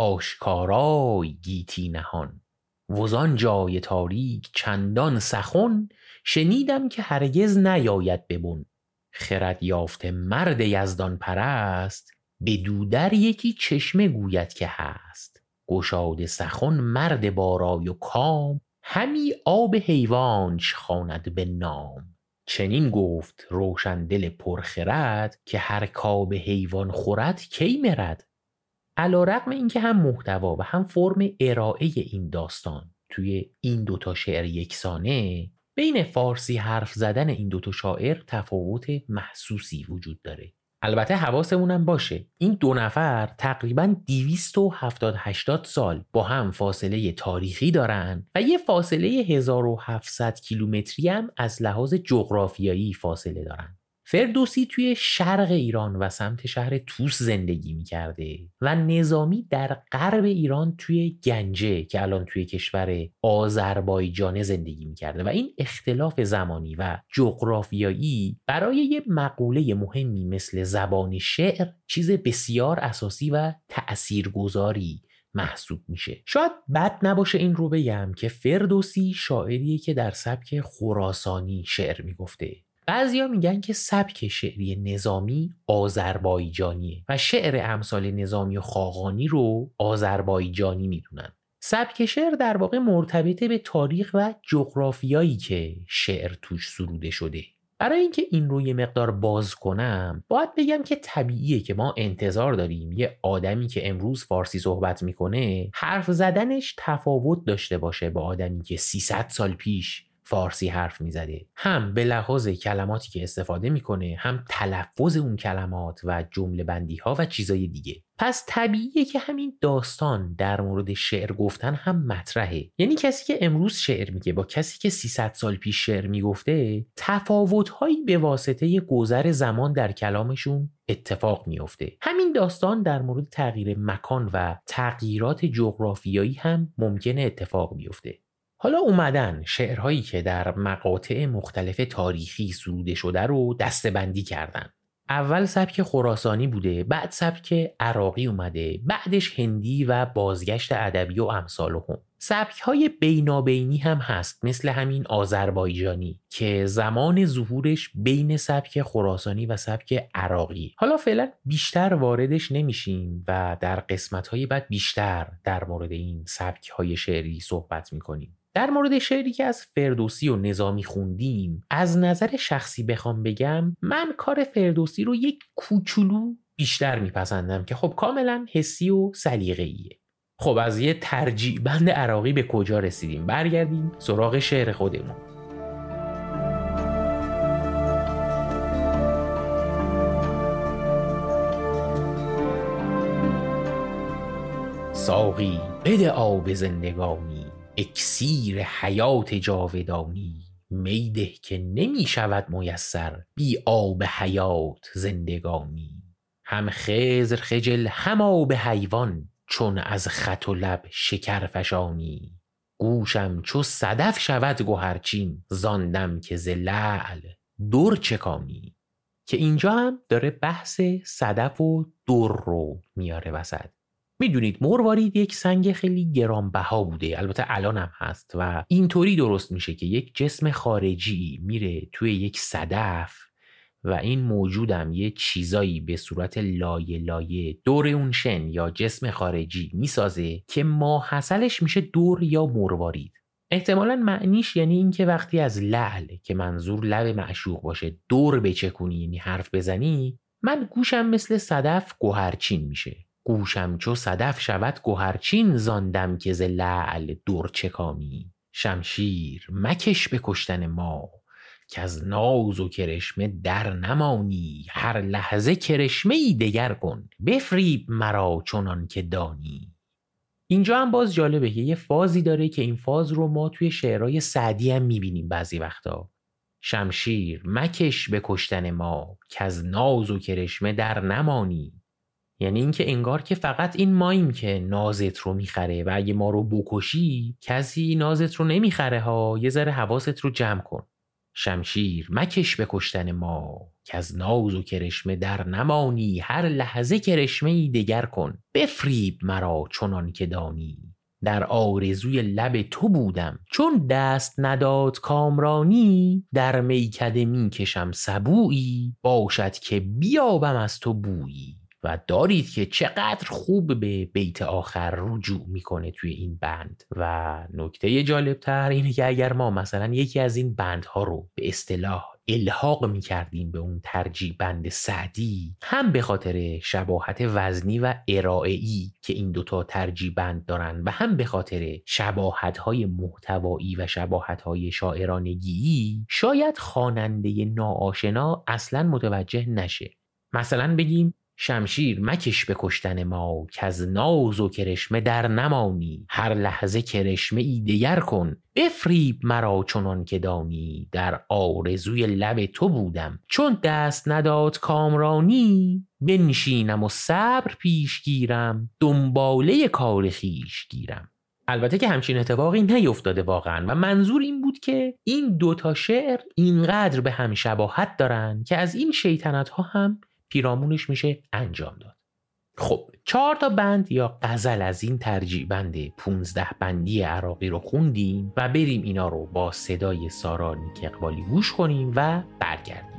آشکارای گیتی نهان. وزان جای تاریک چندان سخن، شنیدم که هرگز نیاید ببن. خرد یافته مرد یزدان پرست، بدو در یکی چشمه گوید که هست. گشاده سخن مرد با رای و کام، همی آب حیوانش خواند به نام. چنین گفت روشن دل پرخرد، که هر کآب حیوان خورد کی مرد. علیرغم اینکه هم محتوا و هم فرم ارائه این داستان توی این دوتا شعر یکسانه، بین فارسی حرف زدن این دوتا شاعر تفاوت محسوسی وجود داره. البته حواسمونم باشه این دو نفر تقریباً 270-80 سال با هم فاصله تاریخی دارن و یه فاصله 1700 کیلومتری هم از لحاظ جغرافیایی فاصله دارن. فردوسی توی شرق ایران و سمت شهر طوس زندگی میکرده و نظامی در غرب ایران توی گنجه که الان توی کشور آذربایجان زندگی میکرده و این اختلاف زمانی و جغرافیایی برای یه مقوله مهمی مثل زبان شعر چیز بسیار اساسی و تأثیرگذاری محسوب میشه. شاید بد نباشه این رو بگم که فردوسی شاعریه که در سبک خراسانی شعر میگفته. بعضیا میگن که سبک شعری نظامی آذربایجانیه و شعر امثال نظامی و خاقانی رو آذربایجانی میدونن. سبک شعر در واقع مرتبطه به تاریخ و جغرافیایی که شعر توش سروده شده. برای اینکه این رو یه مقدار باز کنم باید بگم که طبیعیه که ما انتظار داریم یه آدمی که امروز فارسی صحبت میکنه حرف زدنش تفاوت داشته باشه با آدمی که 300 سال پیش فارسی حرف میزده، هم به لحاظ کلماتی که استفاده میکنه، هم تلفظ اون کلمات و جمله بندی ها و چیزای دیگه. پس طبیعیه که همین داستان در مورد شعر گفتن هم مطرحه. یعنی کسی که امروز شعر میگه با کسی که 300 سال پیش شعر میگفته تفاوت‌هایی به واسطه گذر زمان در کلامشون اتفاق میفته. همین داستان در مورد تغییر مکان و تغییرات جغرافیایی هم ممکنه اتفاق بیفته. حالا اومدن شعرهایی که در مقاطع مختلف تاریخی سروده شده رو دسته‌بندی کردن. اول سبک خراسانی بوده، بعد سبک عراقی اومده، بعدش هندی و بازگشت ادبی و امثالهم. سبک‌های بینابینی هم هست مثل همین آذربایجانی که زمان ظهورش بین سبک خراسانی و سبک عراقی. حالا فعلا بیشتر واردش نمیشیم و در قسمت‌های بعد بیشتر در مورد این سبک‌های شعری صحبت می‌کنیم. در مورد شعری که از فردوسی و نظامی خوندیم از نظر شخصی بخوام بگم من کار فردوسی رو یک کوچولو بیشتر میپسندم که خب کاملا حسی و سلیقه‌ایه. خب از یه ترجیع بند عراقی به کجا رسیدیم؟ برگردیم سراغ شعر خودمون. ساقی بده آب زندگانی، اکسیر حیات جاودانی، میده که نمی شود میسر بی آب حیات زندگانی. هم خضر خجل هم آب حیوان، چون از خط و لب شکر فشانی. گوشم چو صدف شود گوهرچین، زاندم که ز لعل در چکانی. که اینجا هم داره بحث صدف و در رو میاره وسط. میدونید مروارید یک سنگ خیلی گرانبها بوده، البته الان هم هست و اینطوری درست میشه که یک جسم خارجی میره توی یک صدف و این موجودم یه چیزایی به صورت لایه لایه دور اون شن یا جسم خارجی میسازه که ماحصلش میشه دور یا مروارید. احتمالاً معنیش یعنی این که وقتی از لعل که منظور لب معشوق باشه دور بچکونی یعنی حرف بزنی، من گوشم مثل صدف گوهرچین میشه. گوشم چو صدف شود گوهرچین، زاندم که ز لعل در چکانی. شمشیر مکش به کشتن ما، که از ناز و کرشمه در نمانی. هر لحظه کرشمه ای دگر کن، بفریب مرا چنان که دانی. اینجا هم باز جالبه که یه فازی داره که این فاز رو ما توی شعرهای سعدی هم میبینیم بعضی وقتا. شمشیر مکش به کشتن ما، که از ناز و کرشمه در نمانی. یعنی اینکه انگار که فقط این ماییم که نازت رو میخره و اگه ما رو بکشی کسی نازت رو نمیخره ها، یه ذره حواست رو جمع کن. شمشیر مکش به کشتن ما، که از ناز و کرشمه در نمانی. هر لحظه کرشمه ای دگر کن، بفریب مرا چنان که دانی. در آرزوی لب تو بودم، چون دست نداد کامرانی. در میکده می کشم سبویی، باشد که بیابم از تو بویی. و دارید که چقدر خوب به بیت آخر رجوع میکنه توی این بند. و نکته جالبتر اینه که اگر ما مثلا یکی از این بندها رو به اصطلاح الحاق میکردیم به اون ترجیع بند سعدی، هم به خاطر شباهت وزنی و ارائه‌ای که این دوتا ترجیع بند دارن و هم به خاطر شباهت‌های محتوایی و شباهت‌های شاعرانگی، شاید خواننده ناآشنا اصلا متوجه نشه. مثلا بگیم شمشیر مکش به کشتن ما، که از ناز و کرشمه در نمانی. هر لحظه کرشمه ای دگر کن، بفریب مرا چنان که دانی. در آرزوی لب تو بودم، چون دست نداد کامرانی. بنشینم و صبر پیش گیرم، دنباله کار خویش گیرم. البته که همچین اتفاقی نیفتاده واقعا و منظور این بود که این دوتا شعر اینقدر به هم شباهت دارن که از این شیطنت ها هم پیرامونش میشه انجام داد. خب 4 تا بند یا غزل از این ترجیع بند 15 بندی عراقی رو خوندیم و بریم اینا رو با صدای سارا نیک اقبالی گوش کنیم و برگردیم.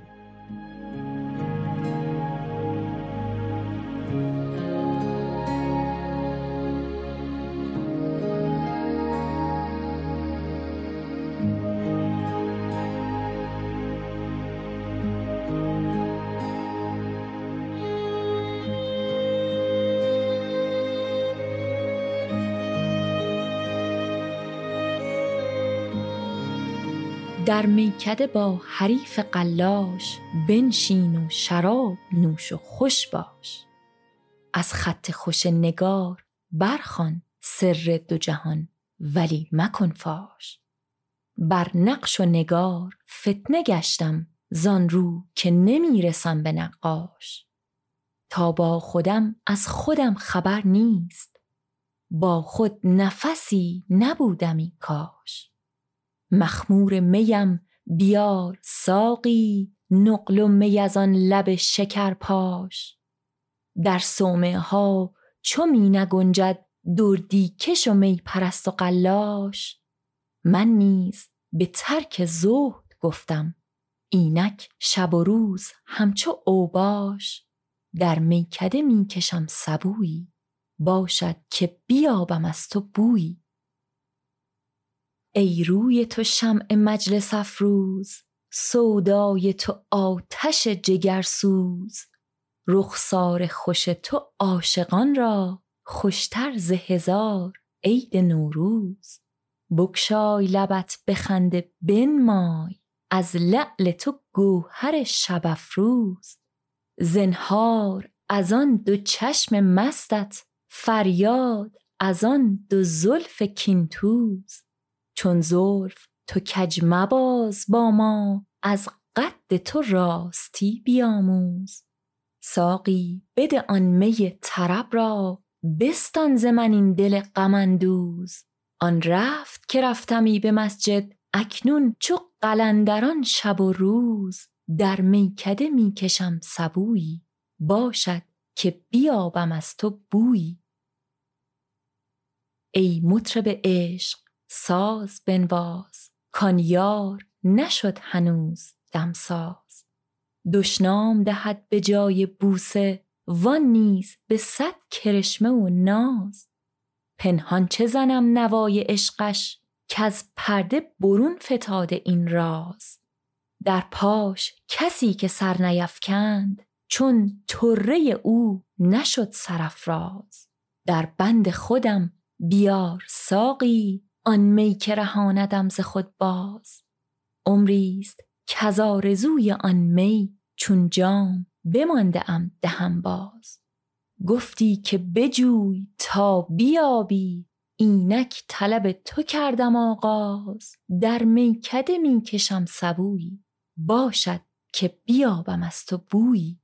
در میکده با حریف قلاش، بنشین و شراب نوش و خوش باش. از خط خوش نگار برخوان سر دو جهان، ولی مکن فاش. بر نقش و نگار فتنه گشتم، زان رو که نمیرسم به نقاش. تا با خودم از خودم خبر نیست، با خود نفسی نبودمی کاش. مخمور میم بیار ساقی، نقل و می از آن لب شکر پاش. در صومعه ها چو می نگنجد دردی کش و می پرست و قلاش. من نیز به ترک زهد گفتم، اینک شب و روز همچو اوباش. در میکده می کشم سبویی، باشد که بیابم از تو بویی. ای روی تو شمع مجلس افروز، سودای تو آتش جگرسوز. رخسار خوش تو عاشقان را، خوشتر ز 1000 عید نوروز. بگشای لبت به خنده بنمای، از لعل تو گوهر شب افروز. زنهار از آن دو چشم مستت، فریاد از آن دو زلف کینتوز. چون زلف تو کج مباز با ما، از قد تو راستی بیاموز. ساقی بده آن می طرب را، بستان ز من این دل غم اندوز. آن رفت که رفتمی به مسجد، اکنون چو قلندران شب و روز. در میکده می کشم سبویی، باشد که بیابم از تو بویی. ای مطرب عشق ساز بنواز، کان یار نشد هنوز دمساز. دشنام دهد به جای بوسه، وان نیز به 100 کرشمه و ناز. پنهان چه زنم نوای عشقش، کز پرده برون فتاده این راز. در پاش کسی که سر نیفکند، چون طره او نشد سرافراز. در بند خودم بیار ساقی، آن می که رهاندم ز خود باز. عمریست کز آرزوی آن می، چون جام بمانده ام دهم باز. گفتی که بجوی تا بیابی، اینک طلب تو کردم آغاز. در میکده می کشم سبویی، باشد که بیابم از تو بویی.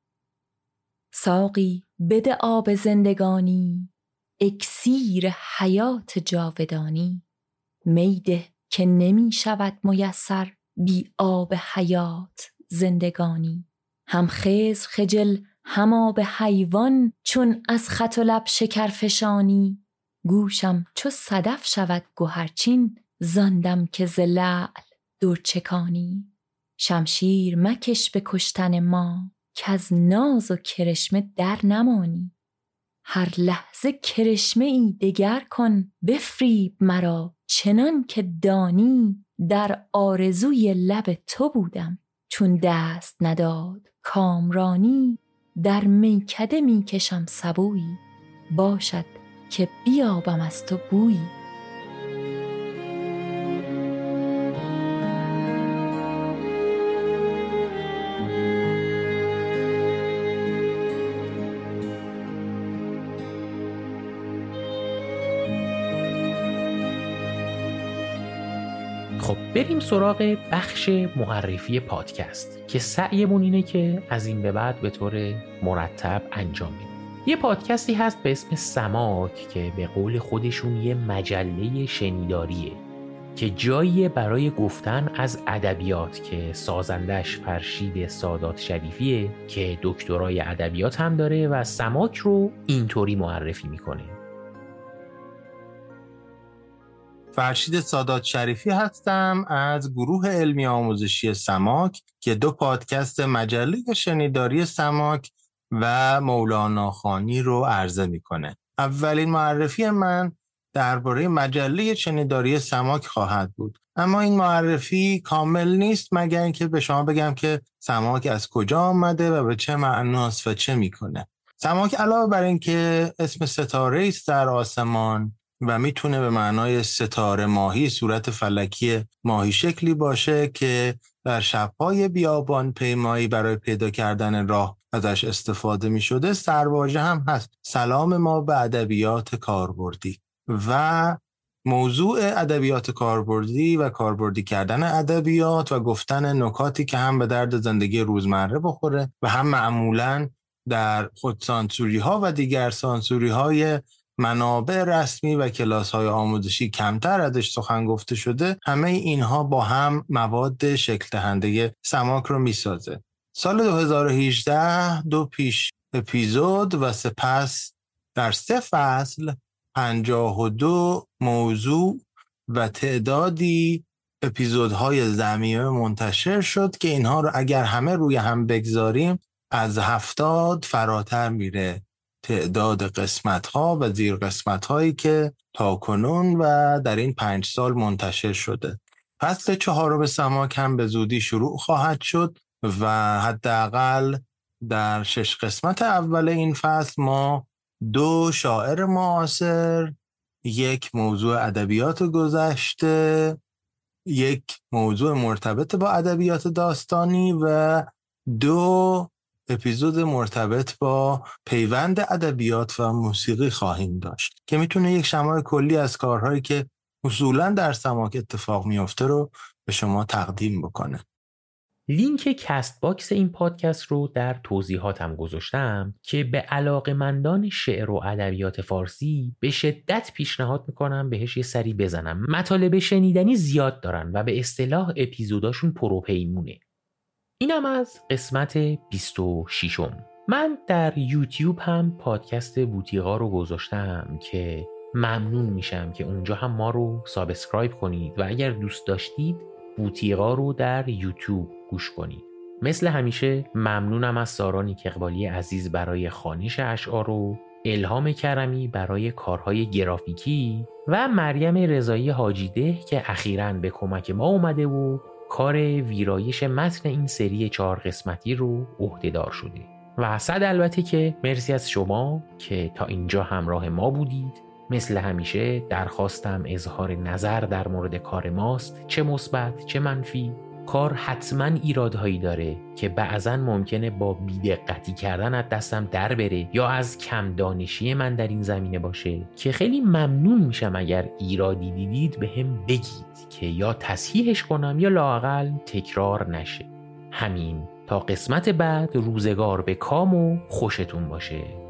ساقی بده آب زندگانی، اکسیر حیات جاودانی. می ده که نمی شود میسر، بی آب حیات زندگانی. هم خضر خجل هم آب حیوان، چون از خط و لب شکر فشانی. گوشم چو صدف شود گوهرچین، زاندم که ز لعل در چکانی. شمشیر مکش به کشتن ما، کز ناز و کرشمه در نمانی. هر لحظه کرشمه ای دگر کن، بفریب مرا چنان که دانی. در آرزوی لب تو بودم، چون دست نداد کامرانی. در میکده می کشم سبویی، باشد که بیابم از تو بویی. خب بریم سراغ بخش معرفی پادکست که سعیمون اینه که از این به بعد به طور مرتب انجام بدیم. یه پادکستی هست به اسم سماک که به قول خودشون یه مجله شنیداریه که جاییه برای گفتن از ادبیات که سازندش فرشید سادات شریفیه که دکترای ادبیات هم داره و سماک رو اینطوری معرفی میکنه. فرشید سادات شریفی هستم از گروه علمی آموزشی سماک که 2 پادکست مجله شنیداری سماک و مولانا خوانی رو عرضه میکنه. اولین معرفی من درباره مجله شنیداری سماک خواهد بود، اما این معرفی کامل نیست مگر اینکه به شما بگم که سماک از کجا آمده و به چه معناست و چه میکنه. سماک علاوه بر اینکه اسم ستاره است در آسمان و میتونه به معنای ستاره ماهی صورت فلکی ماهی شکلی باشه که در شب‌های بیابان پیمایی برای پیدا کردن راه ازش استفاده میشده، سرواژه هم هست: سلام ما به ادبیات کاربردی. و موضوع ادبیات کاربردی و کاربردی کردن ادبیات و گفتن نکاتی که هم به درد زندگی روزمره بخوره و هم معمولاً در خودسانسوری ها و دیگر سانسوری های منابع رسمی و کلاس های آموزشی کمتر ازش سخن گفته شده، همه اینها با هم مواد شکل دهنده سماک رو میسازه. سال 2018 2 پیش اپیزود و سپس در 3 فصل 52 موضوع و تعدادی اپیزودهای ضمیمه منتشر شد که اینها رو اگر همه روی هم بگذاریم از 70 فراتر میره تعداد قسمت‌ها و زیر قسمت‌هایی که تاکنون و در این 5 سال منتشر شده. فصل 4 سماک هم به زودی شروع خواهد شد و حداقل در 6 قسمت اول این فصل ما 2 شاعر معاصر، 1 موضوع ادبیات گذشته، 1 موضوع مرتبط با ادبیات داستانی و 2 اپیزود مرتبط با پیوند ادبیات و موسیقی خواهیم داشت که میتونه یک شمای کلی از کارهایی که اصولاً در سماک اتفاق میفته رو به شما تقدیم بکنه. لینک کست باکس این پادکست رو در توضیحاتم گذاشتم که به علاقه‌مندان شعر و ادبیات فارسی به شدت پیشنهاد میکنم بهش یه سری بزنم. مطالب شنیدنی زیاد دارن و به اصطلاح اپیزوداشون پروپیمونه. اینم از قسمت 26. من در یوتیوب هم پادکست بوتیقا رو گذاشتم که ممنون میشم که اونجا هم ما رو سابسکرایب کنید و اگر دوست داشتید بوتیقا رو در یوتیوب گوش کنید. مثل همیشه ممنونم از سارا نیک اقبالی عزیز برای خوانش اشعار و الهام کرمی برای کارهای گرافیکی و مریم رضایی حاجیده که اخیراً به کمک ما اومده و کار ویرایش متن این سری 4 قسمتی رو عهده‌دار شده. و صد البته که مرسی از شما که تا اینجا همراه ما بودید. مثل همیشه درخواستم اظهار نظر در مورد کار ماست، چه مثبت چه منفی. کار حتما ایرادهایی داره که بعضن ممکنه با بی‌دقتی کردن از دستم در بره یا از کم دانشی من در این زمینه باشه که خیلی ممنون میشم اگر ایرادی دیدید به هم بگید که یا تصحیحش کنم یا لااقل تکرار نشه. همین تا قسمت بعد، روزگار به کام و خوشتون باشه.